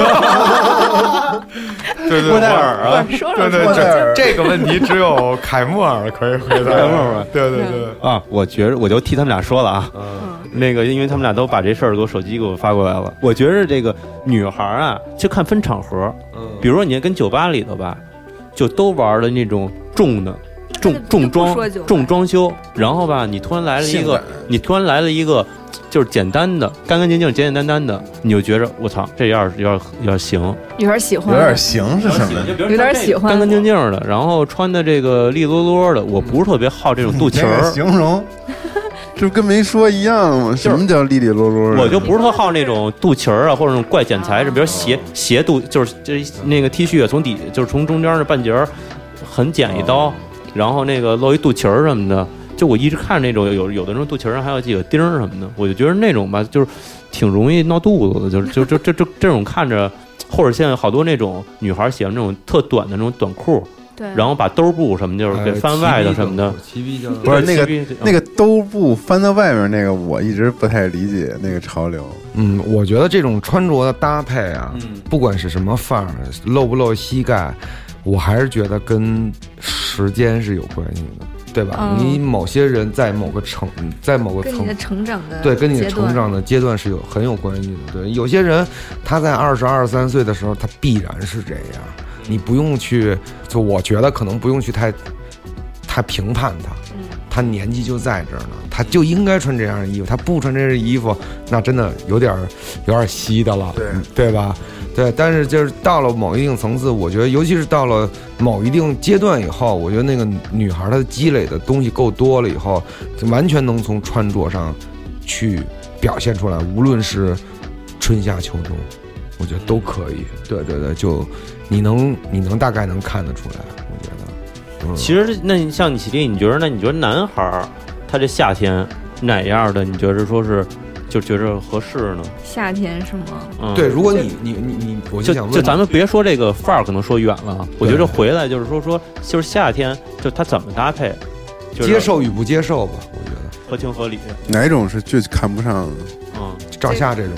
对， 莫代尔啊， 说这个问题只有凯莫尔可以回答。凯莫尔，对啊，我觉得我就替他们俩说了啊，那个因为他们俩都把这事儿给我手机给我发过来了。我觉得这个女孩啊，就看分场合，比如说你跟酒吧里头吧，就都玩的那种重的。重装修，然后吧，你突然来了一个，就是简单的、干干净净、简简单单的，你就觉着我操，这有点行， 有点喜欢， 有点行是什么？ 有点喜欢， 干干净净的，然后穿的这个利落落的。我不是特别好这种肚脐儿， 形容这不跟没说一样吗？什么叫利利落落？ 我就不是特好那种肚脐儿啊，或者那种怪剪裁，比如斜肚，就是这那个 T 恤从底就是从中间的半截儿很剪一刀。然后那个露一肚脐儿什么的，就我一直看那种有的那种肚脐上还有几个钉儿什么的，我就觉得那种吧，就是挺容易闹肚子的，就这种看着，或者现在好多那种女孩喜欢那种特短的那种短裤， 对， 然后把兜布什么就是给翻外头什么的， 不是那个兜布翻到外面那个，我一直不太理解那个潮流。 我觉得这种穿着的搭配啊，不管是什么范儿，露不露膝盖。我还是觉得跟时间是有关系的，对吧？你某些人在某个层，跟你的成长的对，跟你的成长的阶段是很有关系的。对，有些人他在22、23岁的时候，他必然是这样，你不用去，就我觉得可能不用去太评判他，他年纪就在这儿呢，他就应该穿这样的衣服，他不穿这样的衣服，那真的有点稀的了，对吧？对，但是就是到了某一定层次，我觉得，尤其是到了某一定阶段以后，我觉得那个女孩她的积累的东西够多了以后，就完全能从穿着上去表现出来，无论是春夏秋冬，我觉得都可以。对，就你能大概能看得出来，我觉得。 其实那像你起立，你觉得男孩他这夏天哪样的？你觉得说是？就觉着合适呢？ 夏天是吗？ 对，如果你，我就想问， 就咱们别说这个范儿，可能说远了。我觉得回来就是说，就是夏天，就他怎么搭配， 接受与不接受吧。我觉得合情合理。 哪种是最看不上的？ 照夏这种。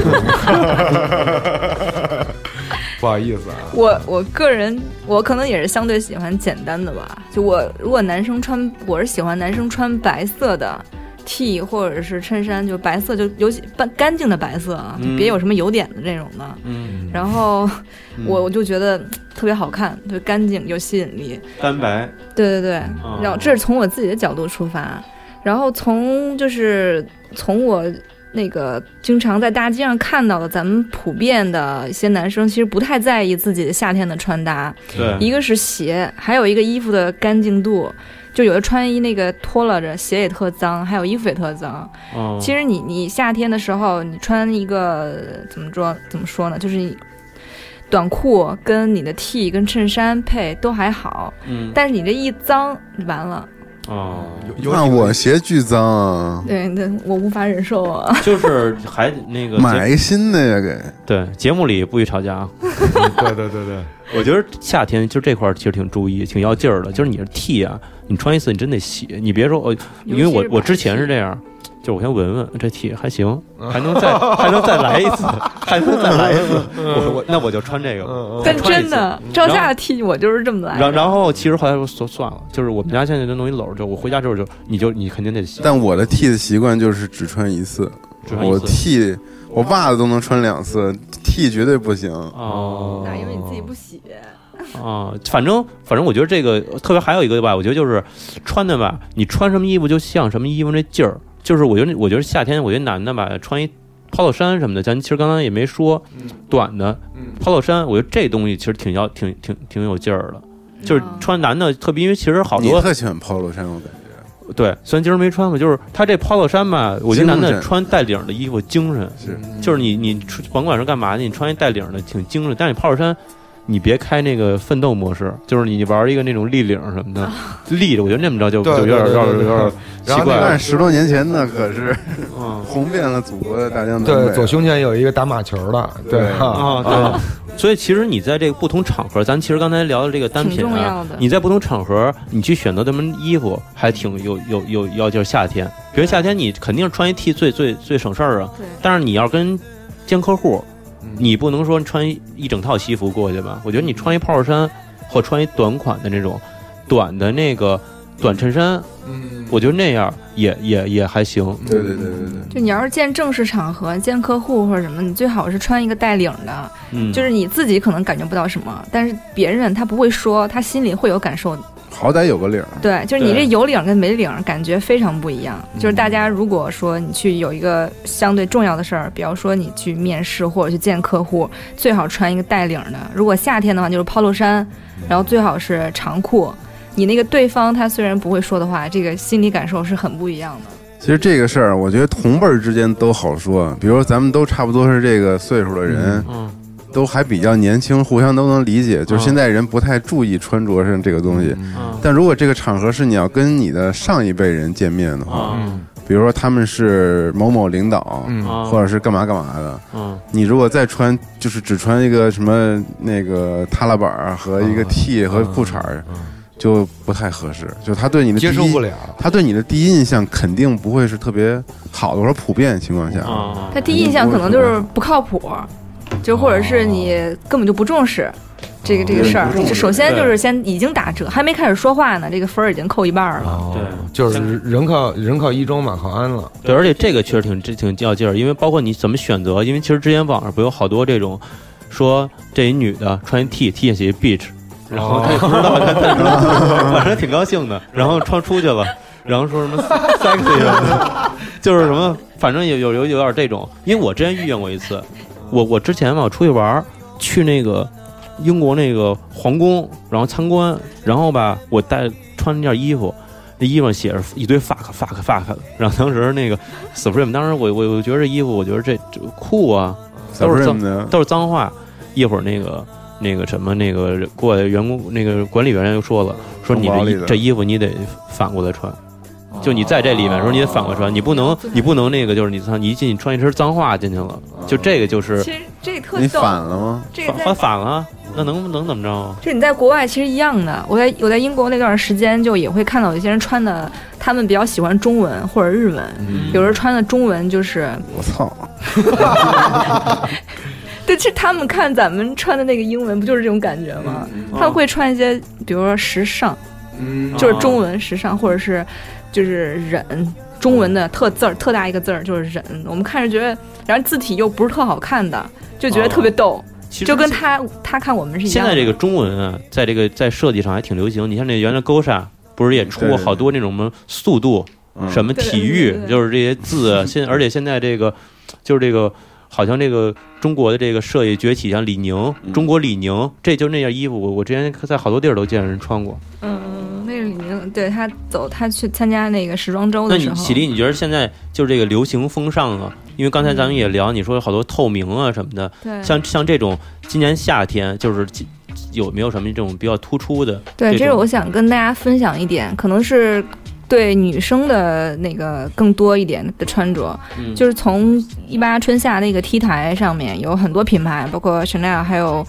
不好意思啊， 我个人我可能也是相对喜欢简单的吧。就如果我是喜欢男生穿白色的。T 或者是衬衫，就白色，就尤其干净的白色啊，别有什么油点的这种的。然后我就觉得特别好看，特别干净，有吸引力。 干白。 对。然后这是从我自己的角度出发，然后从我那个经常在大街上看到的，咱们普遍的一些男生其实不太在意自己的夏天的穿搭。 对， 一个是鞋，还有一个衣服的干净度。 就有的穿衣那个脱了着，鞋也特脏，还有衣服也特脏。其实你夏天的时候，你穿一个怎么说呢？就是你短裤跟你的 T 跟衬衫配都还好，但是你这一脏完了。 那我鞋巨脏啊！ 对，我无法忍受啊。 就是还那个买一新的呀，给对节目里不许吵架啊。 对，我觉得夏天就这块其实挺注意、挺要劲儿的。就是你是 T 啊，你穿一次你真得洗，你别说因为我之前是这样。就我先闻闻这 T 还行，还能再来一次，还能再来一次。那我就穿这个。 但真的，赵夏的 T 我就是这么来。 然后其实后来说算了，就是我们家现在就弄一篓，就我回家之后你肯定得洗。 但我的 T 的习惯就是只穿一次，我 T 我袜子都能穿2次 ，T 绝对不行。 那因为你自己不洗。 反正我觉得这个特别还有一个吧，我觉得就是穿的吧，你穿什么衣服就像什么衣服那劲儿。就是我觉得夏天，我觉得男的吧，穿一 polo 衫什么的，咱其实刚刚也没说，短的 polo 衫，我觉得这东西其实挺有劲儿的。就是穿男的特别，因为其实好多你特喜欢 polo 衫，我感觉。 对，虽然今儿没穿过，就是他这 polo 衫吧，我觉得男的穿带领的衣服精神，就是你甭管是干嘛的，你穿一带领的挺精神，但是你 polo 衫。你别开那个奋斗模式，就是你玩一个那种立领什么的，立着，我觉得那么着就有点奇怪。 但是10多年前那可是红遍了祖国的大江南北。 对，左胸前有一个打马球的，对对。所以其实你在这个不同场合，咱其实刚才聊的这个单品啊，你在不同场合你去选择这门衣服，还挺有要劲。夏天，比如夏天你肯定穿一 T 最省事儿啊，但是你要跟见客户。你不能说穿一整套西服过去吧？我觉得你穿一polo衫或穿一短款的那种短的那个短衬衫，我觉得那样也还行。 对。 就你要是见正式场合、见客户或者什么，你最好是穿一个带领的，就是你自己可能感觉不到什么，但是别人他不会说，他心里会有感受。 好歹有个领。 对，就是你这有领跟没领感觉非常不一样。就是大家如果说你去有一个相对重要的事儿，比方说你去面试或者去见客户，最好穿一个带领的。如果夏天的话，就是 polo 衫，然后最好是长裤。你那个对方他虽然不会说的话，这个心理感受是很不一样的。 其实这个事儿，我觉得同辈儿之间都好说。比如咱们都差不多是这个岁数的人。都还比较年轻，互相都能理解。就是现在人不太注意穿着上这个东西，但如果这个场合是你要跟你的上一辈人见面的话，比如说他们是某某领导，或者是干嘛的，你如果再穿，就是只穿一个什么那个踏拉板和一个 T 和裤衩，就不太合适。就他对你的接受不了， 他对你的第一印象肯定不会是特别好的，或者普遍情况下， 他第一印象可能就是不靠谱。就或者是你根本就不重视这个事儿，首先就是先已经打折，还没开始说话呢，这个分儿已经扣一半了。 对， 就是人靠一中马靠安了。 对，而且这个确实挺较劲儿，因为包括你怎么选择，因为其实之前网上不有好多这种说这一女的穿一 T 下写 beach， 然后她也不知道她怎么，反正挺高兴的，然后穿出去了，然后说什么 sexy 什么的，就是什么，反正有点这种。因为我之前遇见过一次。我之前嘛，我出去玩，去那个英国那个皇宫，然后参观，然后吧，我穿那件衣服，那衣服上写着一堆 fuck， 然后当时那个 Supreme， 当时我觉得这衣服，我觉得这酷啊，都是脏话。一会儿那个什么那个过来员工那个管理员又说了，说你这衣服你得反过来穿。就你在这里面说你得反过穿，你不能那个就是你一进去穿一身脏话进去了，就这个就是。 其实这个特你反了吗？ 这个反了，那能怎么着？ 这你在国外其实一样的。我在英国那段时间就也会看到有些人穿的，他们比较喜欢中文或者日文，有人穿的中文就是我操。 对，其实他们看咱们穿的那个英文不就是这种感觉吗？他们会穿一些，比如说时尚，就是中文时尚，或者是。就是忍，中文的特大一个字儿就是忍，我们看着觉得，然后字体又不是特好看的，就觉得特别逗，就跟他看我们是一样的。 现在这个中文啊，在设计上还挺流行。你像那原来勾莎不是也出过好多那种什么速度、什么体育，就是这些字。而且现在这个就是这个，好像这个中国的这个设计崛起，像李宁，中国李宁，这就那件衣服，我之前在好多地儿都见人穿过。 那是李宁，对他去参加那个时装周的时候。 那喜力，你觉得现在就是这个流行风尚啊？因为刚才咱们也聊，你说有好多透明啊什么的， 对， 像这种今年夏天就是有没有什么这种比较突出的？ 对，这是我想跟大家分享一点，可能是对女生的那个更多一点的穿着，就是从18春夏那个 T 台上面有很多品牌，包括 Chanel 还有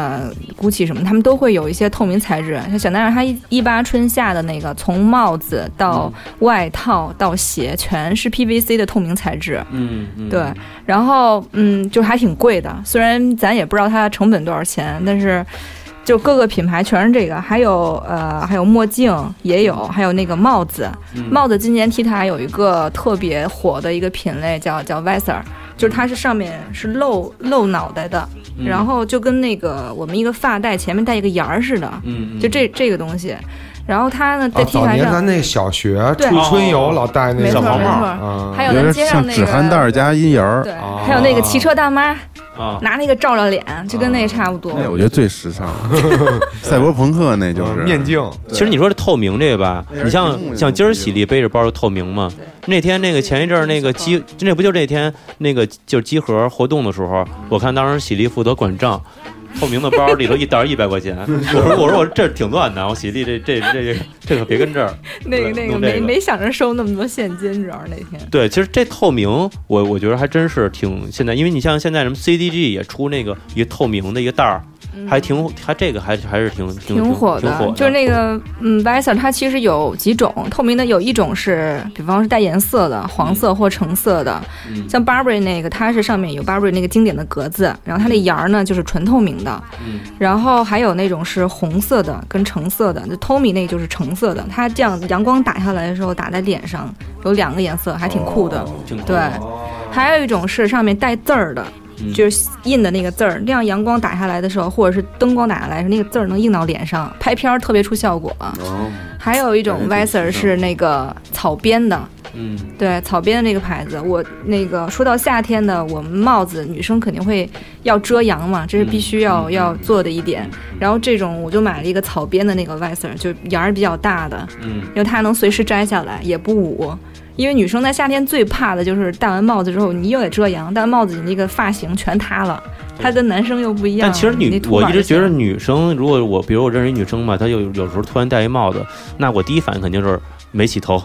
GUCCI 什么，他们都会有一些透明材质。像香奈儿，它18春夏的那个从帽子到外套到鞋全是 PVC 的透明材质。对，然后就还挺贵的，虽然咱也不知道它的成本多少钱，但是。就各个品牌全是这个，还有墨镜也有，还有那个帽子。帽子今年 T 台有一个特别火的一个品类叫 Visor， 就是它是上面是露脑袋的，然后就跟那个我们一个发带前面带一个沿儿似的，就这个东西。然后它呢在 T 台上， 早年咱那小学春游老戴那小毛帽， 还有咱街上那个纸汗带加阴沿儿， 对，还有那个骑车大妈。拿那个照着脸，就跟那个差不多。 那我觉得最时尚，赛博朋克那就是面镜。 其实你说这透明这个吧，你像今儿喜力背着包就透明嘛。那天那个前一阵那个那不就这天那个就是集合活动的时候，我看当时喜力负责管账。透明的包里头一袋100块钱，我说我这挺乱的，我喜力这可别跟这儿。 那个没想着收那么多现金，主要是那天。 对，其实这透明，我觉得还真是挺现在，因为你像现在什么 CDG 也出那个一个透明的一个袋儿。还这个还是挺火的， 就是那个Visor 它其实有几种透明的，有一种是比方是带颜色的，黄色或橙色的，像 Burberry 那个它是上面有 Burberry 那个经典的格子，然后它那沿儿呢就是纯透明的，然后还有那种是红色的跟橙色的，就 Tommy 那个就是橙色的，它这样阳光打下来的时候打在脸上有2个颜色，还挺酷的，对，还有一种是上面带字儿的。就是印的那个字儿，这样阳光打下来的时候，或者是灯光打下来，那个字儿能印到脸上，拍片儿特别出效果。还有一种 Visor 是那个草编的，对，草编的那个牌子。我那个说到夏天的，我们帽子女生肯定会要遮阳嘛，这是必须要做的一点。然后这种我就买了一个草编的那个 Visor， 就沿儿比较大的，因为它能随时摘下来，也不捂。因为女生在夏天最怕的就是戴完帽子之后，你又得遮阳，戴完帽子你那个发型全塌了。它跟男生又不一样。 但其实我一直觉得女生，如果比如我认识一女生嘛，她有时候突然戴一帽子，那我第一反应肯定是没洗头，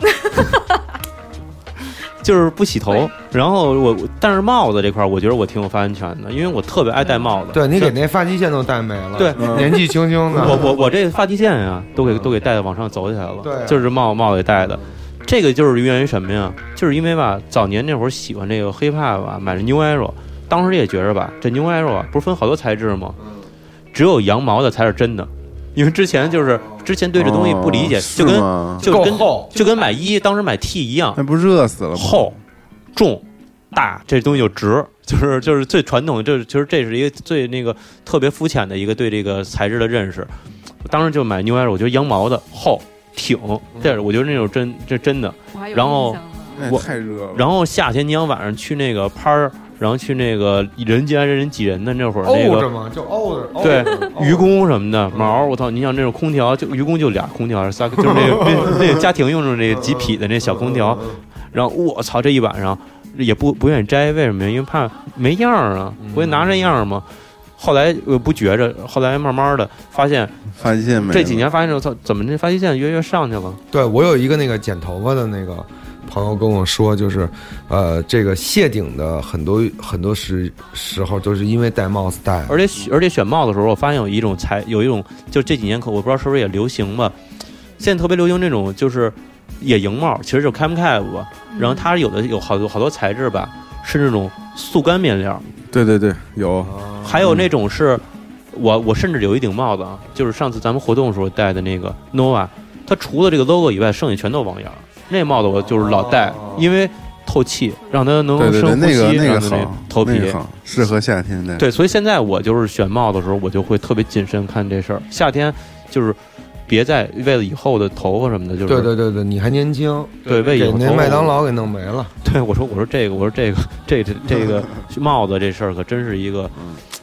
就是不洗头。然后但是帽子这块，我觉得我挺有发言权的，因为我特别爱戴帽子。 对，你给那发际线都戴没了。 对， 年纪轻轻的。 我这发际线呀，都给戴的往上走起来了。 对， 就是帽子给戴的。这个就是源于什么呀？就是因为吧，早年那会儿喜欢这个 hiphop 吧，买着 New Era， 当时也觉着吧，这 New Era 不是分好多材质吗？只有羊毛的才是真的，因为之前对这东西不理解，就跟买当时买 T 一样， 那不热死了吗？ 厚、重、大，这东西就值，就是最传统的，就是这是一个最那个特别肤浅的一个对这个材质的认识。当时就买 New Era， 我觉得羊毛的厚。挺，这我觉得那种真的。然后太热了。 然后夏天你想晚上去那个拍儿，然后去那个人挤人的那会儿，那个就沤着， 对，愚公什么的毛，我操！你想那种空调，就愚公就俩空调还是3个，就是那个家庭用的那个几匹的那小空调，然后我操，这一晚上也不愿意摘，为什么呀？因为怕没样啊，不会拿这样吗？后来不觉着，后来慢慢的发现发际线没了， 这几年发现怎么这发际线越上去了？ 对，我有一个那个剪头发的那个朋友跟我说，就是这个谢顶的很多时候都是因为戴帽子戴， 而且选帽子的时候，我发现有一种就这几年我不知道是不是也流行吧，现在特别流行这种就是野营帽，其实就 cam cap 吧，然后它有好多材质吧，是那种速干面料。 对，有。 还有那种是我甚至有一顶帽子啊，就是上次咱们活动的时候戴的那个 Nova， 它除了这个 logo 以外，剩下全都网眼。那帽子我就是老戴，因为透气，让它能深呼吸， 那个好， 头皮好，适合夏天戴。 对，所以现在我就是选帽子的时候，我就会特别谨慎看这事儿。夏天就是别再为了以后的头发什么的，就是对，你还年轻， 对，为以后那麦当劳给弄没了。 对，我说这个帽子这事儿可真是一个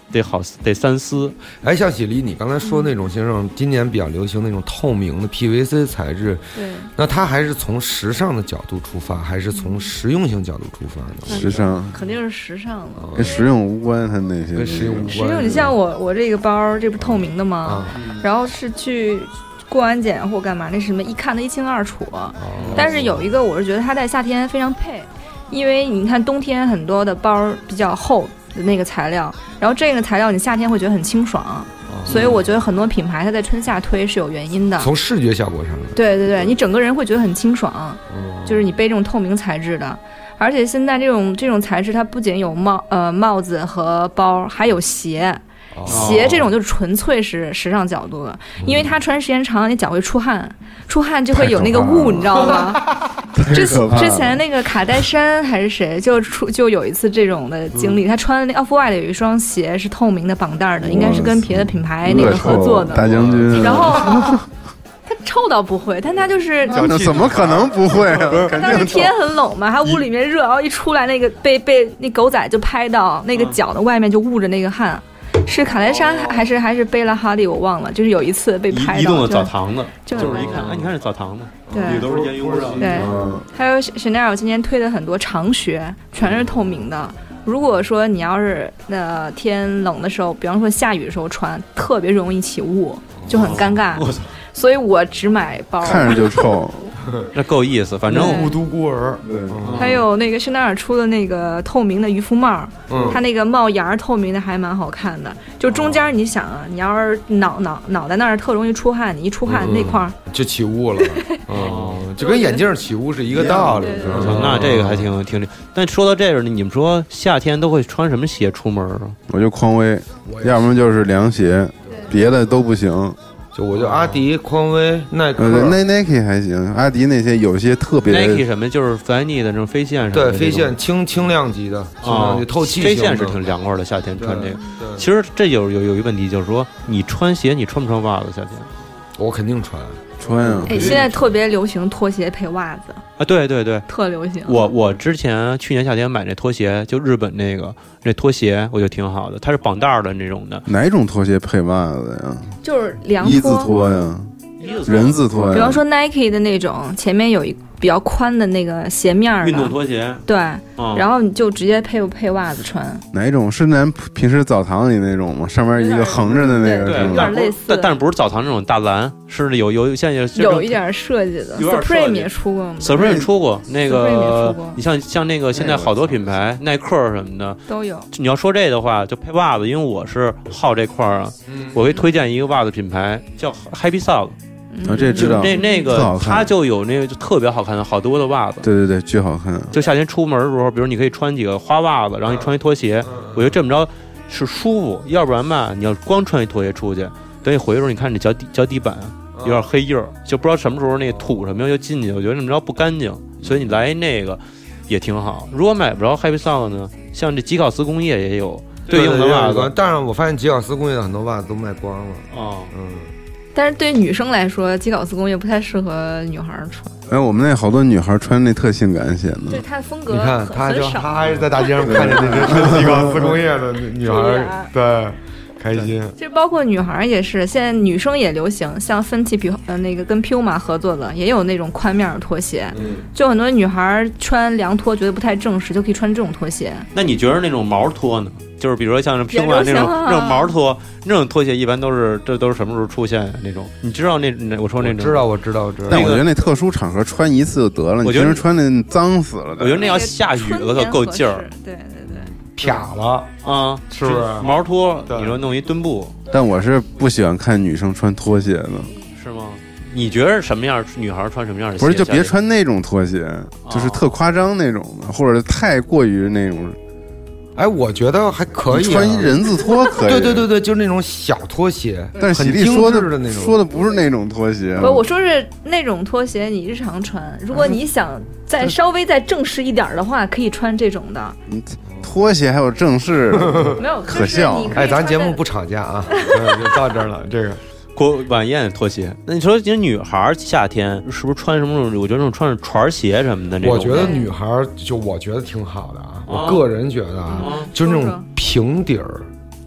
得三思。 哎，像喜力，你刚才说那种先生，今年比较流行那种透明的 PVC 材质， 对， 那它还是从时尚的角度出发，还是从实用性角度出发呢？ 时尚肯定是时尚了， 跟实用无关，它那些跟实用无关。 实用，你像我这个包，这不是透明的吗？然后是去过安检或干嘛，那什么一看得一清二楚。但是有一个，我是觉得它在夏天非常配，因为你看冬天很多的包比较厚的那个材料，然后这个材料你夏天会觉得很清爽，所以我觉得很多品牌它在春夏推是有原因的。 从视觉效果上， 对对对，你整个人会觉得很清爽，就是你背这种透明材质的。而且现在这种材质，它不仅有帽子和包，还有鞋。鞋这种就是纯粹是时尚角度的，因为它穿时间长，你脚会出汗就会有那个雾，你知道吗？之前那个卡戴珊还是谁就有一次这种的经历，他穿的那 Off-White 有一双鞋是透明的绑带的，应该是跟别的品牌那个合作的。 大将军， 然后他臭倒不会，但他就是怎么可能不会啊？ 当时天很冷嘛，他屋里面热，然后一出来那个被那狗仔就拍到那个脚的外面就捂着那个汗。是卡戴珊还是贝拉哈利我忘了，就是有一次被拍到移动的澡堂子， 就是一看，哎，你看这澡堂子， 对， 也都是烟油的。 对，还有Chanel今年推的很多长靴，全是透明的。如果说你要是天冷的时候，比方说下雨的时候穿，特别容易起雾，就很尴尬。所以我只买包， 看着就臭。 这够意思，反正无独孤儿。 还有那个香奈儿出的那个透明的渔夫帽，它那个帽檐透明的还蛮好看的。就中间你想啊，你要是脑袋那儿特容易出汗，你一出汗那块儿就起雾了。就跟眼镜起雾是一个道理。 那这个还挺。但说到这个，你们说夏天都会穿什么鞋出门啊？ 我就匡威，要么就是凉鞋，别的都不行。 我就阿迪、匡威、耐克 ，Nike 还行，阿迪那些有些特别 Nike 什么就是弗莱尼的那种飞线什么的， 对，飞线轻量级的啊，透气飞线是挺凉快的，夏天穿这个。其实这有一个问题，就是说你穿鞋，你穿不穿袜子？夏天我肯定穿啊。 哎，现在特别流行拖鞋配袜子啊，对对对， 特流行。 我之前去年夏天买那拖鞋，就日本那拖鞋，我觉得挺好的，它是绑带的那种的。 哪种拖鞋配袜子呀？ 就是凉拖。 一字拖呀，人字拖呀。 比方说 Nike 的那种，前面有一比较宽的那个鞋面的运动拖鞋， 对，然后你就直接配袜子穿。 哪一种是咱平时澡堂里那种吗？上面一个横着的那个， 对，有点类似， 但是不是澡堂那种大蓝，是有现在有一点设计的。Supreme 也出过吗 ？Supreme 出过那个，你像那个现在好多品牌，耐克什么的都有。 你要说这的话，就配袜子，因为我是好这块啊，我会推荐一个袜子品牌叫 Happy Sock。 这知道那个它就有那个就特别好看的好多的袜子， 对对对，巨好看。 就夏天出门的时候，比如你可以穿几个花袜子，然后你穿一拖鞋，我觉得这么着是舒服。要不然吧，你要光穿一拖鞋出去，等你回的时候，你看你脚底板有点黑印儿，就不知道什么时候那土什么就进去，我觉得这么着不干净。所以你来那个也挺好。如果买不着 Happy Sock 呢，像这吉考斯工业也有对应的袜子， 但是我发现吉考斯工业的很多袜子都卖光了。 但是对女生来说，吉考斯工业不太适合女孩穿。 哎，我们那好多女孩穿那特性感显得。 对，她的风格你看，她还是在大街上看见那些穿吉考斯工业的女孩，对，开心。 就包括女孩也是，现在女生也流行，像芬奇那个跟 Puma 合作的，也有那种宽面的拖鞋。就很多女孩穿凉拖觉得不太正式，就可以穿这种拖鞋。 那你觉得那种毛拖呢？就是比如说像是Puma那种毛拖，那种拖鞋一般都是什么时候出现呀？那种你知道我说那种我知道。 但我觉得那特殊场合穿一次就得了，你平时穿那脏死了。 我觉得那要下雨了可够劲儿。 对。 啪了啊， 是不是毛拖？你说弄一墩布。 但我是不喜欢看女生穿拖鞋的。 是吗？你觉得什么样女孩穿什么样的鞋？ 不是，就别穿那种拖鞋，就是特夸张那种的，或者太过于那种。 哎，我觉得还可以穿一人字拖可以。 对，就是那种小拖鞋。 但是喜力说的不是那种拖鞋。 不，我说是那种拖鞋，你日常穿。如果你想稍微再正式一点的话，可以穿这种的。 拖鞋还有正式， 没有可笑。 哎，咱节目不吵架啊，就到这儿了。这个晚宴拖鞋，那你说，其实女孩夏天是不是穿什么？我觉得那种穿着船鞋什么的， 我觉得女孩我觉得挺好的啊。我个人觉得啊，就是那种平底儿，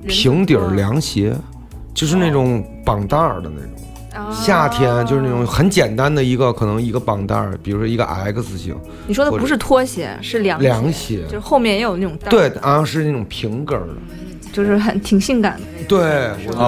平底凉鞋，就是那种绑带的那种。夏天就是那种很简单的一个，可能一个绑带，比如说一个 X 型。 你说的不是拖鞋，是凉鞋， 就是后面也有那种带。 对啊，是那种平跟的， 就是挺性感的那种。 对，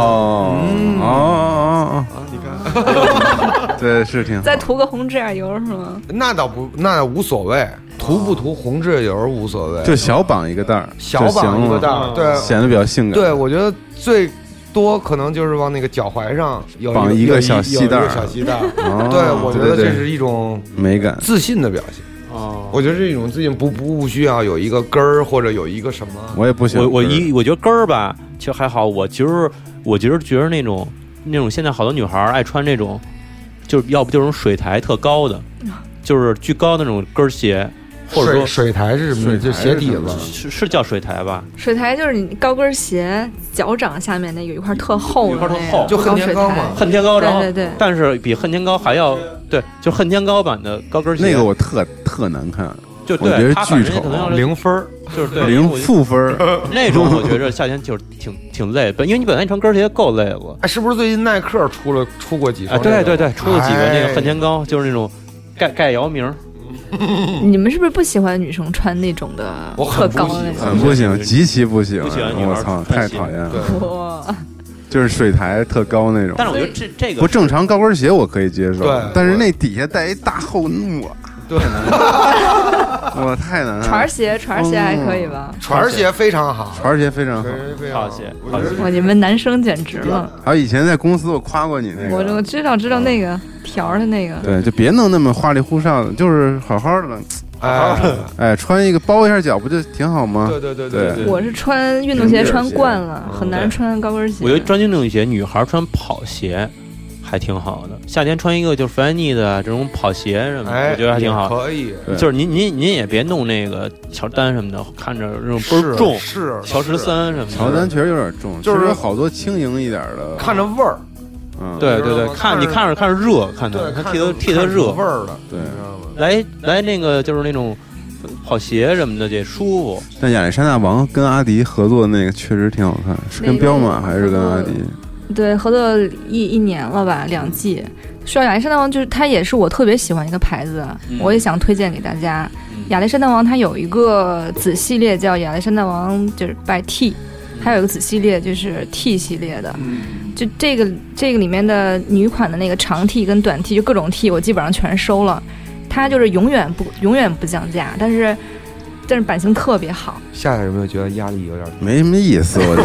你看，对，是挺好。 再涂个红指甲油是吗？ 那倒无所谓，涂不涂红指甲油无所谓， 就小绑一个带儿， 小绑一个带儿，对， 显得比较性感。 对，我觉得最多可能就是往那个脚踝上绑一个小细带， 对，我觉得这是一种美感、 自信的表现。我觉得是一种自信，不需要有一个根儿或者有一个什么。 我也不喜欢。 我觉得根儿吧，其实还好。我其实觉得那种现在好多女孩爱穿那种，就是要不就是水台特高的，就是巨高的那种跟鞋。或者说水台是什么？就鞋底子是叫水台吧？ 水台就是你高跟鞋脚掌下面那有一块特厚的， 就恨天高嘛。 恨天高， 对， 但是比恨天高还要对，就恨天高版的高跟鞋。 那个我特难看， 就我觉得巨丑 ，0分， 就是对 0负分那种。我觉着夏天就是挺累，因为你本来穿跟鞋够累了。 哎，是不是最近耐克出过几双？ 对，出了几个那个恨天高，就是那种盖姚明。 你们是不是不喜欢女生穿那种的特高的？ 很不行，极其不喜欢。 我操，太讨厌了。就是水台特高那种。 但是我觉得这个不正常高跟鞋我可以接受， 对， 但是那底下带一大厚怒， 对， 我太难看。 船鞋还可以吧？ 船鞋非常好， 船鞋非常好， 好鞋。 哇，你们男生简直了！ 还有以前在公司我夸过你那个， 我知道那个条的那个。 对，就别弄那么花里胡哨的，就是好好的。穿一个包一下脚不就挺好吗？ 对。 我是穿运动鞋穿惯了，很难穿高跟鞋。 我觉得穿运动鞋，女孩穿跑鞋还挺好的。夏天穿一个就是弗兰尼的这种跑鞋什么的，我觉得还挺好。 可以， 就是您也别弄那个乔丹什么的，看着这种倍儿重。 是乔13什么的。 乔丹确实有点重，就是有好多轻盈一点的， 看着味儿。 对，看着热，看着替他热味儿的， 对。 来那个就是那种跑鞋什么的也舒服。 但亚历山大王跟阿迪合作的那个确实挺好看，是跟彪马还是跟阿迪？ 对，合作一年了吧，2季。说亚历山大王就是它也是我特别喜欢一个牌子，我也想推荐给大家。亚历山大王它有一个子系列叫亚历山大王，就是 by T， 它有一个子系列就是 T 系列的。就这个里面的女款的那个长 T 跟短 T， 就各种 T 我基本上全收了。它就是永远不降价，但是版型特别好。 夏夏有没有觉得压力有点没什么意思？我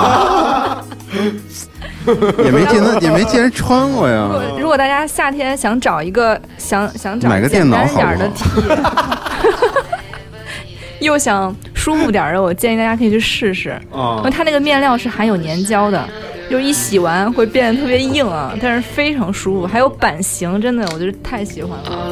觉得也没见人穿过呀。 如果大家夏天想找一个想找买个电脑好点的 T， 又想舒服点的，我建议大家可以去试试。因为它那个面料是含有粘胶的。就是一洗完会变得特别硬啊，但是非常舒服，还有版型，真的我觉得太喜欢了。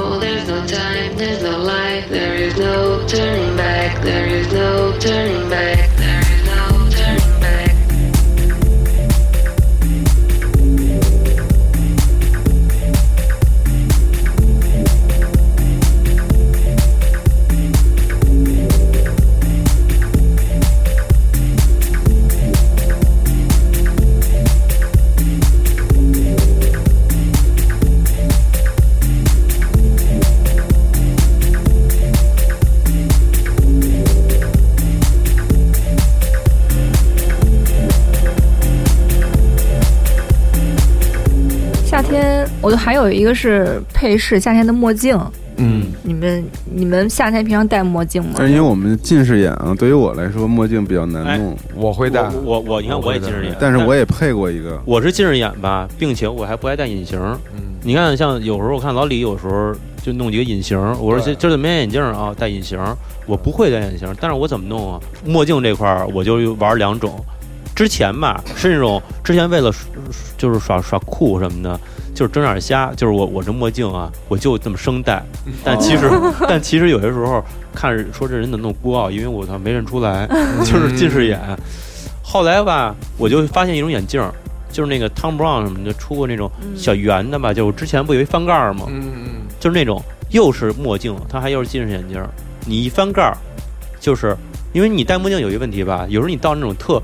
我还有一个是配饰夏天的墨镜。你们夏天平常戴墨镜吗？ 因为我们近视眼啊，对于我来说墨镜比较难弄。 我会戴。 我你看我也近视眼， 但是我也配过一个。 我是近视眼吧，并且我还不爱戴隐形。你看像有时候我看老李有时候就弄几个隐形，我说这没眼镜啊，戴隐形。我不会戴隐形，但是我怎么弄啊？墨镜这块我就玩2种。之前吧是那种之前为了就是耍酷什么的，就是睁眼瞎，就是我这墨镜啊，我就这么生戴。但其实有些时候看说这人怎么那么孤傲，因为我没认出来，就是近视眼。后来吧，我就发现一种眼镜，就是那个 Tom Brown 什么的出过那种小圆的吧，就之前不有一翻盖吗？就是那种又是墨镜，它还又是近视眼镜。你一翻盖，就是因为你戴墨镜有一个问题吧，有时候你到那种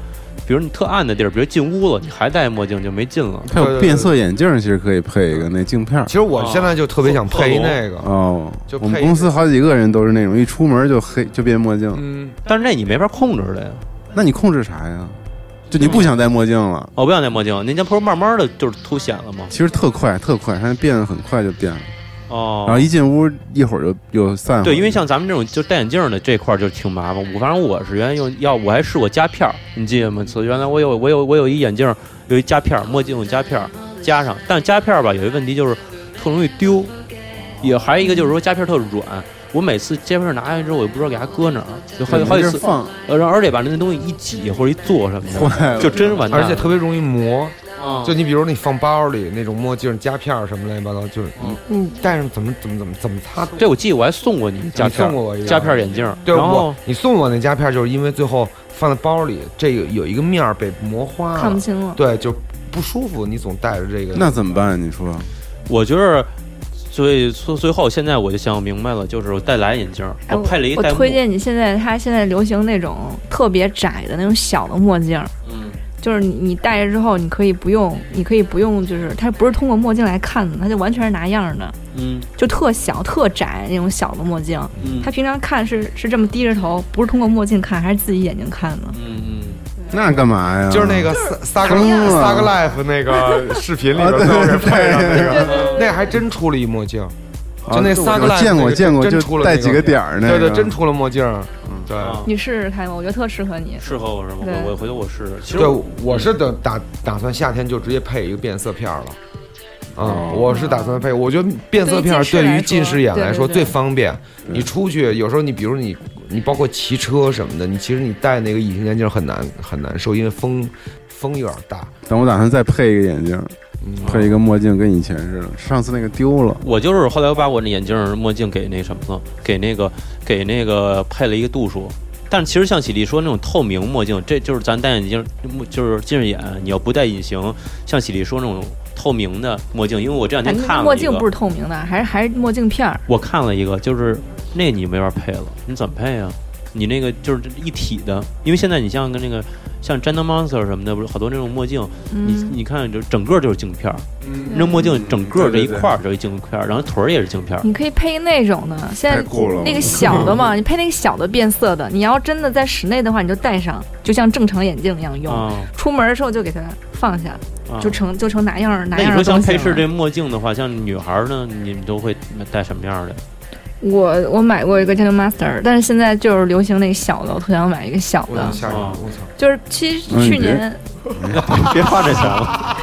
比如你特暗的地儿，比如进屋了，你还戴墨镜就没劲了。 还有变色眼镜，其实可以配一个那镜片。 其实我现在就特别想配那个哦，就我们公司好几个人都是那种一出门就黑就变墨镜。但是那你没法控制的呀。 那你控制啥呀？就你不想戴墨镜了？ 我不想戴墨镜，那不是慢慢的就是凸显了吗？ 其实特快，它变得很快就变了。 哦， 然后一进屋一会儿就散了。 对，因为像咱们这种就戴眼镜的这块就挺麻烦。反正我是原来我还试过夹片，你记得吗？原来我有一眼镜，有一夹片，墨镜有夹片加上，但夹片吧有一问题就是特容易丢，也还有一个就是说夹片特软。我每次夹片拿下来之后，我也不知道给它搁哪儿，就好几次放， 而且把那东西一挤或者一做什么的，就真完蛋。 而且特别容易磨。就你比如你放包里那种墨镜夹片什么乱七八糟，就是你戴上怎么擦？ 对，我记得我还送过你夹片， 送过我一夹片眼镜。 对，然后你送我那夹片，就是因为最后放在包里，这个有一个面被磨花了， 看不清了。 对，就不舒服。你总戴着这个， 那怎么办？你说？ 我觉得。所以最后现在我就想明白了，就是我戴蓝眼镜，我配了一戴。 我推荐你他现在流行那种特别窄的那种小的墨镜，就是你戴着之后，你可以不用，就是它不是通过墨镜来看的，它就完全是拿样的，就特小特窄那种小的墨镜，他平常看是这么低着头，不是通过墨镜看，还是自己眼睛看的， 那干嘛呀？ 就是那个撒个 life 那个视频里边都是配上那个，那还真出了一墨镜，就那撒个 life 见过，就带几个点儿那个，对，真出了墨镜。对， 你试试看吧，我觉得特适合你。 适合我是吗？我回头我试试。其实对，我是打算夏天就直接配一个变色片了。我是打算配，我觉得变色片对于近视眼来说最方便。你出去有时候你比如你包括骑车什么的，其实你戴那个隐形眼镜很难受，因为风有点大。 但我打算再配一个眼镜，配一个墨镜，跟以前似的。上次那个丢了， 我就是后来我把我那眼镜墨镜给那什么了，给那个配了一个度数。但其实像喜力说那种透明墨镜，这就是咱戴眼镜就是近视眼，你要不戴隐形，像喜力说那种透明的墨镜，因为我这两天看了墨镜不是透明的，还是墨镜片。我看了一个，就是那你没法配了，你怎么配啊？你那个就是一体的，因为现在你像跟那个像 Gentle Monster 什么的，不是好多那种墨镜，你看就整个就是镜片，那墨镜整个这一块就是镜片，然后腿也是镜片。 你可以配那种的，现在那个小的嘛，你配那个小的变色的。你要真的在室内的话，你就戴上，就像正常眼镜一样用。出门的时候就给它放下，就成哪样哪样的东西了。那你说像配饰这墨镜的话，像女孩呢，你们都会戴什么样的？ 我买过一个 Gentle Master， 但是现在就是流行那个小的，我特想买一个小的。就是其实去年， 别花这钱了。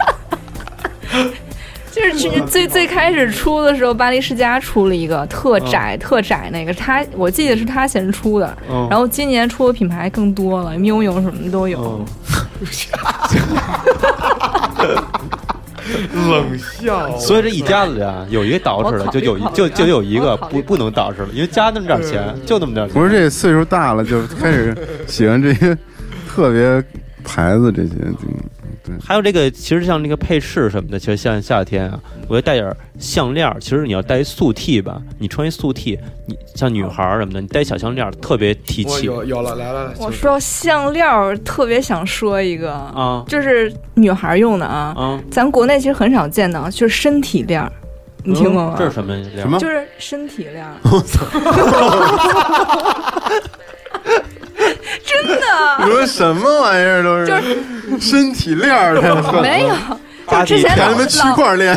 就是最开始出的时候，巴黎世家出了一个特窄那个，我记得是他先出的，然后今年出的品牌更多了，miu miu什么都有。 冷笑， 所以这一家子呀，有一个捯饬的，就有一个不能捯饬了，因为加那么点钱，就那么点钱。 不是这岁数大了，就开始喜欢这些特别牌子这些。对， 还有这个，其实像那个配饰什么的，其实像夏天啊，我要戴点项链。其实你要戴一素 T 吧，你穿一素 T，你像女孩什么的，你戴小项链特别提气。 有了，来。 我说到项链，特别想说一个就是女孩用的咱国内其实很少见到，就是身体链。你听过吗？ 这是什么链？ 就是身体链。 我操！ 真的？ 你说什么玩意儿都是？ 就是身体链儿， 没有，就之前咱们区块链。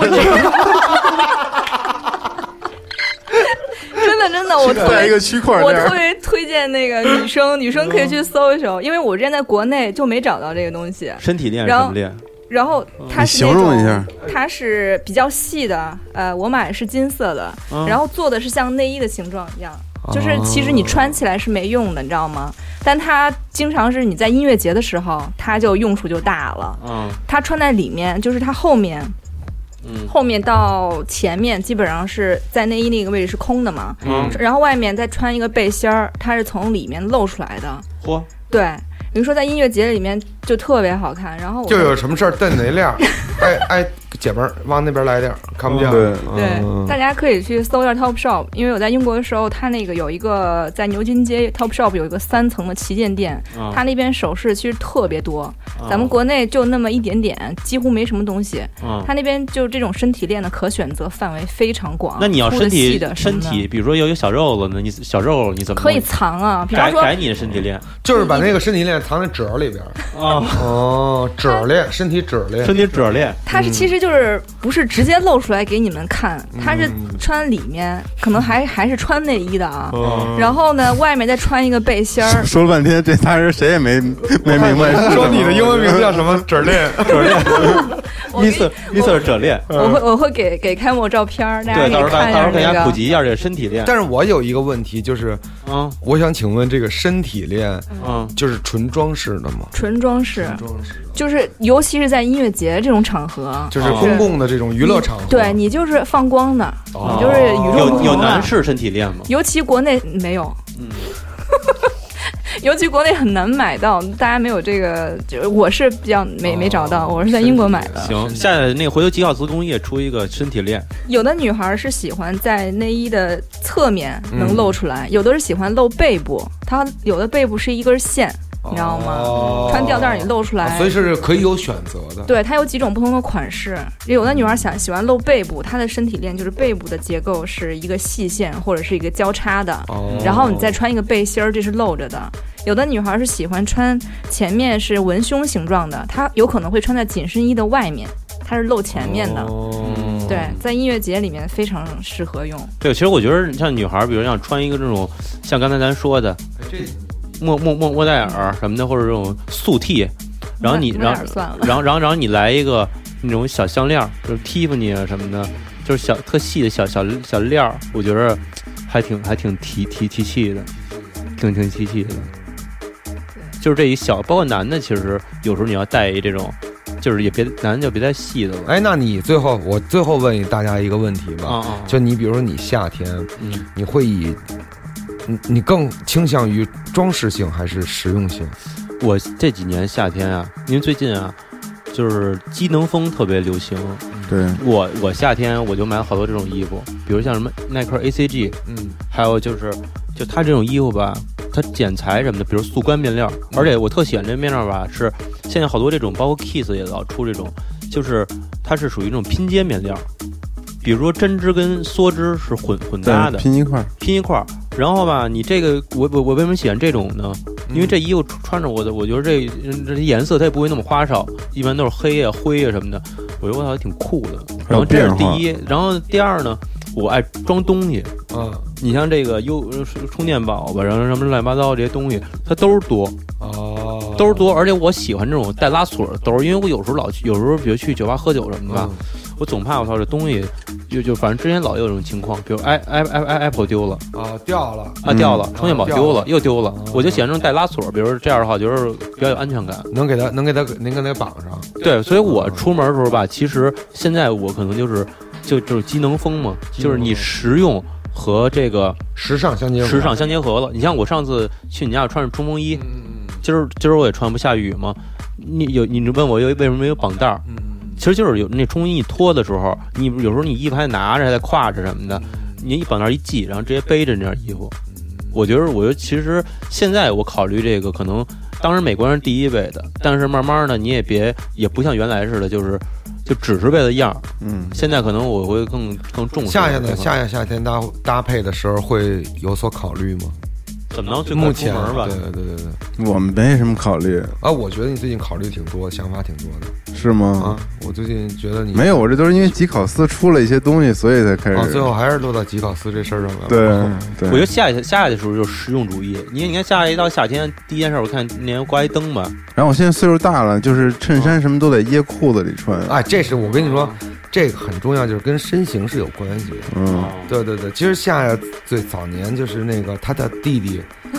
真的，我特别推荐那个女生可以去搜一搜，因为我之前在国内就没找到这个东西。 身体链是什么链？ 然后它是形容一下， 它是比较细的，我买的是金色的，然后做的是像内衣的形状一样，就是其实你穿起来是没用的，你知道吗？但它经常是你在音乐节的时候，它就用处就大了。它穿在里面，就是它后面到前面基本上是在内衣那个位置是空的嘛，然后外面再穿一个背心儿，它是从里面露出来的。 嚯， 对。比如说在音乐节里面就特别好看，然后就有什么事儿蹬哪链， 姐们儿往那边来点，看不见。 对，大家可以去搜一下 Topshop， 因为我在英国的时候，它那个有一个在牛津街 Topshop 有一个3层的旗舰店，它那边首饰其实特别多，咱们国内就那么一点点，几乎没什么东西。它那边就这种身体链的可选择范围非常广。 那你要身体，比如说有小肉了呢，你小肉你怎么可以藏啊？比方说改你的身体链， 就是把那个身体链藏在褶里边。褶链，身体褶链， 它是其实就是不是直接露出来给你们看，它是穿里面，可能还是穿内衣的啊。然后呢，外面再穿一个背心儿。 说了半天，这仨人谁也没明白。 说你的英文名字叫什么？褶链 ，Mr. 褶链。 我会给开幕照片，大家可以看一下。 到时候给大家普及一下这个身体链。 但是我有一个问题，就是我想请问这个身体链，就是纯装饰的吗？ 纯装饰，就是尤其是在音乐节这种场合， 就是公共的这种娱乐场合， 对你就是放光的，你就是与众不同的。 有男士身体链吗？ 尤其国内没有，尤其国内很难买到，大家没有这个，就我是比较没找到，我是在英国买的。 行，现在那个回头吉考斯工业出一个身体链。 有的女孩是喜欢在内衣的侧面能露出来，有的是喜欢露背部，它有的背部是一根线。你知道吗？穿吊带你露出来， 所以是可以有选择的。 对，它有几种不同的款式。有的女孩喜欢露背部，她的身体链就是背部的结构是一个细线或者是一个交叉的，然后你再穿一个背心儿，这是露着的。有的女孩是喜欢穿前面是文胸形状的，她有可能会穿在紧身衣的外面，它是露前面的。对，在音乐节里面非常适合用。 对，其实我觉得像女孩，比如像穿一个这种，像刚才咱说的，莫代尔什么的，或者这种素 T， 然后你然后你来一个那种小项链，就是 Tiffany 啊什么的，就是特细的小链，我觉得还挺提气的，挺提气的。就是这一小，包括男的，其实有时候你要带一这种，就是也别男的就别太细的了。 哎，那你我最后问大家一个问题吧，就你比如说你夏天，你会以你更倾向于装饰性还是实用性？ 我这几年夏天啊，因为最近啊，就是机能风特别流行。 对， 我夏天我就买了好多这种衣服，比如像什么耐克 ACG，还有就它这种衣服吧，它剪裁什么的，比如速干面料，而且我特喜欢这面料吧，是现在好多这种，包括 Kiss 也老出这种，就是它是属于这种拼接面料。比如说针织跟梭织是混搭的， 拼一块， 然后吧，你这个我为什么喜欢这种呢？因为这衣服穿着我觉得这颜色它也不会那么花哨，一般都是黑啊灰啊什么的，我觉得我还挺酷的。然后这是第一，然后第二呢，我爱装东西你像这个充电宝吧，然后什么乱七八糟这些东西，它都是多都是多，而且我喜欢这种带拉锁的兜，因为我有时候比如去酒吧喝酒什么的吧。我总怕我操这东西就反正之前老有这种情况，比如 Apple 丢了掉了， 充电宝丢了又丢了，我就喜欢这种带拉锁，比如这样的话就是比较有安全感， 能给它绑上。 对，所以我出门的时候吧，其实现在我可能就是机能风嘛，就是你实用和这个时尚相结合了。你像我上次去你家穿着冲锋衣，今儿我也穿，不下雨吗？你问我为什么没有绑带？其实就是有那冲锋衣脱的时候，你有时候你衣服还拿着还在挎着什么的，你一绑带一系，然后直接背着那件衣服。我觉得其实现在我考虑这个，可能当然美国人第一位的，但是慢慢的你也不像原来似的，就只是为了样。现在可能我会更重视。 夏天搭配的时候会有所考虑吗？ 怎么能目前吧？ 对， 我们没什么考虑啊。我觉得你最近考虑挺多，想法挺多的， 是吗？ 我最近觉得你没有，我这都是因为吉考斯出了一些东西，所以才开始。 最后还是落到吉考斯这事儿上了。 对， 我觉得下的时候就是实用主义。你看一到夏天，第一件事我看那挂一灯吧。 然后我现在岁数大了，就是衬衫什么都得掖裤子里穿。 哎，这是我跟你说。这个很重要，就是跟身形是有关系的。对，其实夏最早年就是那个他的弟弟，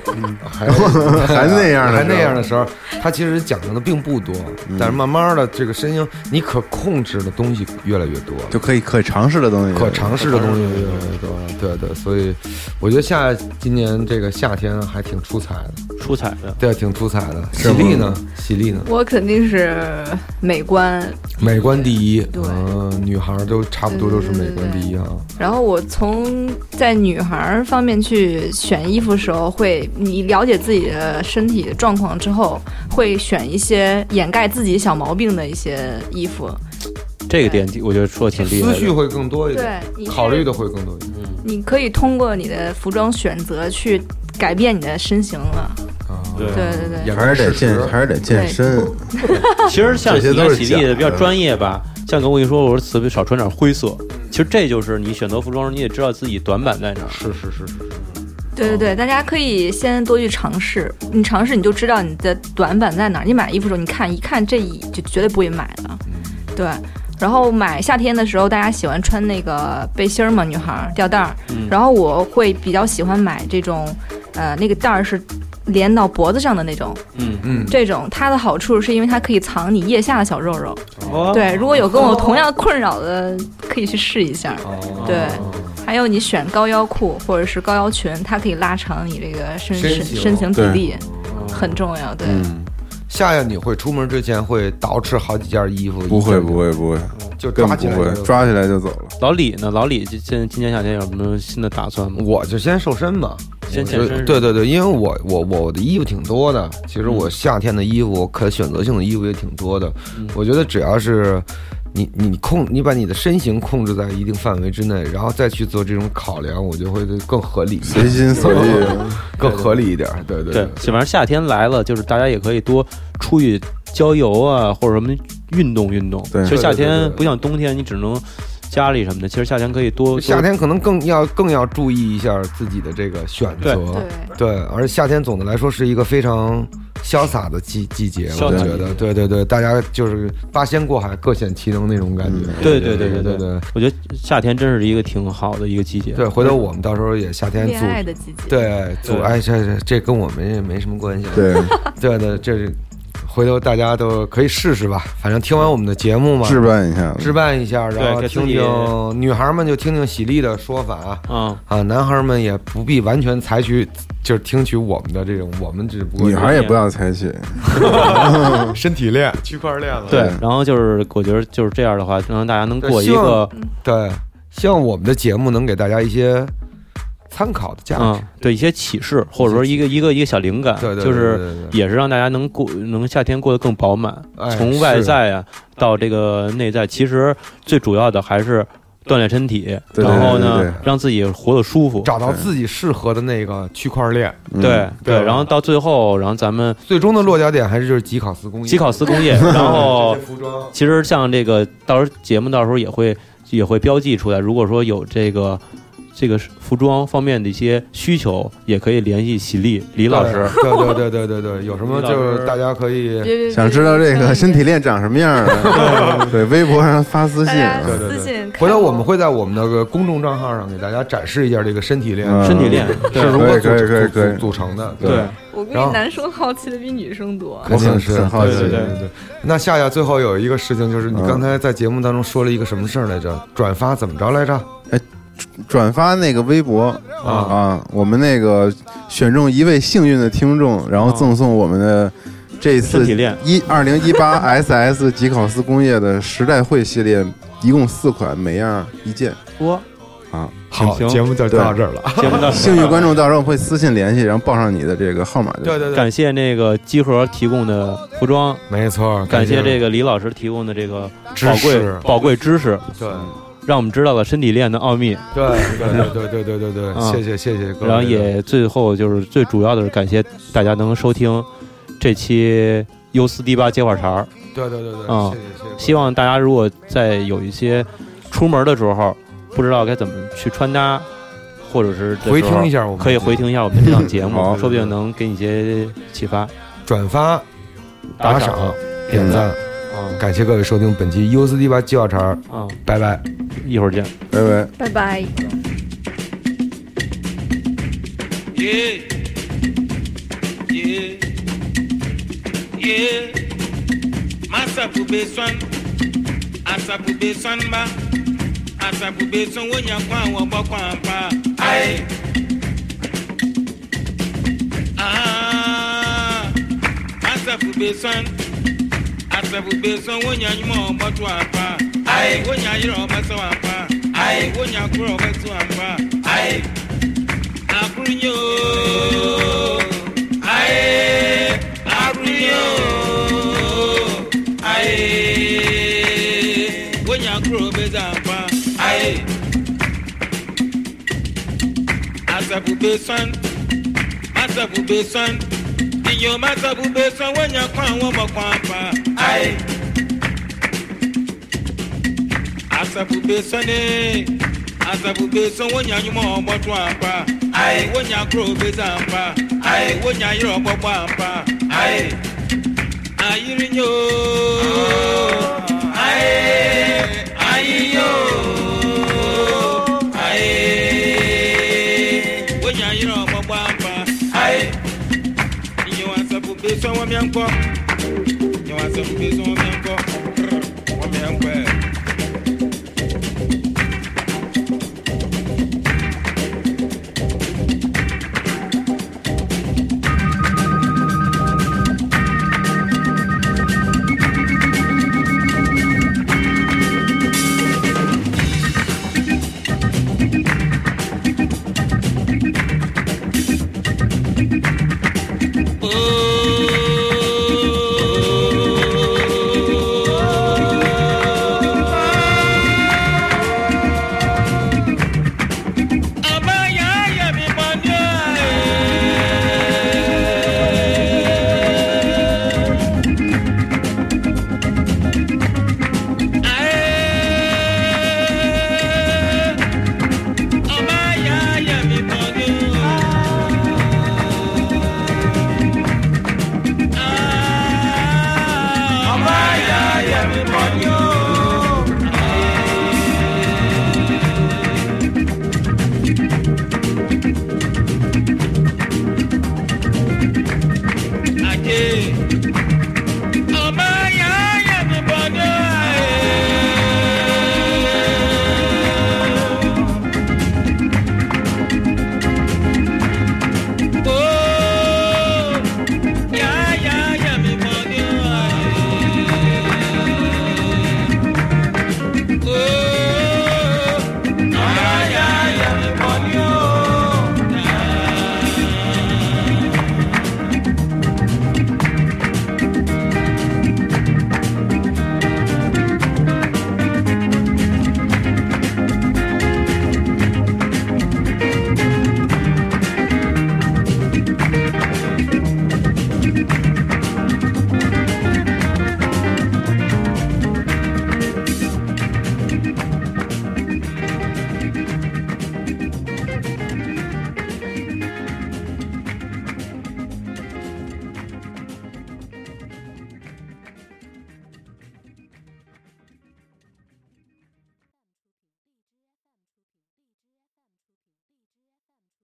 还那样的时候，它其实讲究的并不多，但是慢慢的这个身形，你可控制的东西越来越多， 就可以尝试的东西， 可尝试的东西越来越多了。对对，所以我觉得今年这个夏天还挺出彩的，对，挺出彩的。喜力呢？ 我肯定是美观第一， 对， 女孩都差不多都是美观第一啊。 然后我从在女孩方面去选衣服的时候，你了解自己的身体的状况之后，会选一些掩盖自己小毛病的一些衣服。 这个点我觉得说的挺厉害的， 思绪会更多一点， 对， 考虑的会更多一点。 你可以通过你的服装选择去改变你的身形了。对， 还是得健身。 其实像你看喜力的比较专业吧，像跟我一说，我说此少穿点灰色。其实这就是你选择服装时，你也知道自己短板在哪。 是。 对，大家可以先多去尝试，你尝试你就知道你的短板在哪。你买衣服的时候，你一看这就绝对不会买的。对。然后买夏天的时候，大家喜欢穿那个背心嘛，女孩吊带儿。然后我会比较喜欢买这种，那个带儿是连到脖子上的那种。这种它的好处是因为它可以藏你腋下的小肉肉。对，如果有跟我同样困扰的，可以去试一下。对，还有你选高腰裤或者是高腰裙，它可以拉长你这个身形比例，很重要。对。 夏你会出门之前会捯饬好几件衣服？ 不会， 就抓起来就走了。 老李呢？老李今年夏天有什么新的打算吗？ 我就先瘦身吧， 先健身。 对，因为我的衣服挺多的，其实我夏天的衣服可选择性的衣服也挺多的。我觉得只要是你把你的身形控制在一定范围之内，然后再去做这种考量，我觉得会更合理， 随心所欲， 更合理一点。对， 反正夏天来了，就是大家也可以多出去郊游啊，或者什么运动。 对， 其实夏天不像冬天，你只能家里什么的。其实夏天可以多， 夏天可能更要注意一下自己的这个选择。对，而夏天总的来说是一个非常潇洒的季节，我觉得。对，大家就是八仙过海，各显其能那种感觉。 对，我觉得夏天真是一个挺好的一个季节。 对，回头我们到时候也夏天恋爱的季节。 对，这跟我们也没什么关系。 对， 这是。回头大家都可以试试吧，反正听完我们的节目嘛，置办一下，然后听听女孩们就听听喜力的说法男孩们也不必完全采取，就是听取我们的这种，我们只不过女孩也不要采取身体练区块链了。 对，然后就是我觉得就是这样的话，让大家能过一个希望我们的节目能给大家一些参考的价值， 对一些启示，或者说一个小灵感，就是也是让大家能夏天过得更饱满，从外在啊到这个内在，其实最主要的还是锻炼身体，然后呢让自己活得舒服， 找到自己适合的那个区块链。 对，然后到最后，然后咱们最终的落脚点还是就是吉考斯工业， 然后其实像这个到时候节目到时候也会标记出来，如果说有这个服装方面的一些需求，也可以联系喜力李老师。 对，有什么就是大家可以想知道这个身体链长什么样的，对，微博上发私信， 对。 回头我们会在我们的公众账号上给大家展示一下这个身体链是如何组成的。对， 我估计男生好奇的比女生多， 肯定是好奇。 对。那夏最后有一个事情，就是你刚才在节目当中说了一个什么事儿来着？转发怎么着来着？ 转发那个微博我们那个选中一位幸运的听众，然后赠送我们的这次2018 SS 吉考斯工业的时代汇系列，一共4款，每样1件。 好，节目就到这儿了。 节目到幸运观众到时候会私信联系，然后报上你的这个号码。 对， 感谢那个集合提供的服装， 没错， 感谢这个李老师提供的这个宝贵知识。 对。 让我们知道了身体链的奥秘。 对，谢谢各位。 然后也最后就是最主要的是感谢大家能收听这期 U4D8 接话茬。 对，谢谢。 希望大家如果在有一些出门的时候不知道该怎么去穿搭，或者是回听一下，我们可以回听一下我们这档节目，说不定能给你一些启发。 转发、打赏、点赞。感谢各位收听本期 U4D8 接话茬。拜拜， 一会儿见， 拜拜。 yeah, yeah. Masapu beson, asapu beson ba, asapu beson wonya kwa wabo kwa mpa. Aye. Asapu beson, wonya nyumo botu apa. Aye, wonya yiro baso apa. Aye, wonya kuro baso apa. Aye. Abrunyo. Aye, abrunyo. Aye, wonya kuro baso apa. Aye. Asapu beson. Inyo masabu beson wonya kwa womo kwa apa. Aye. Asabu beson wonya nyumo botu apa. Aye, wonya kuro beso apa. Aye, wonya yiro bobo apa. Aye. Ayirinyo. Aye, ayiyo. Aye, wonya yiro bobo apa. Aye. Beso wa mianko, you want some beso wa mianko,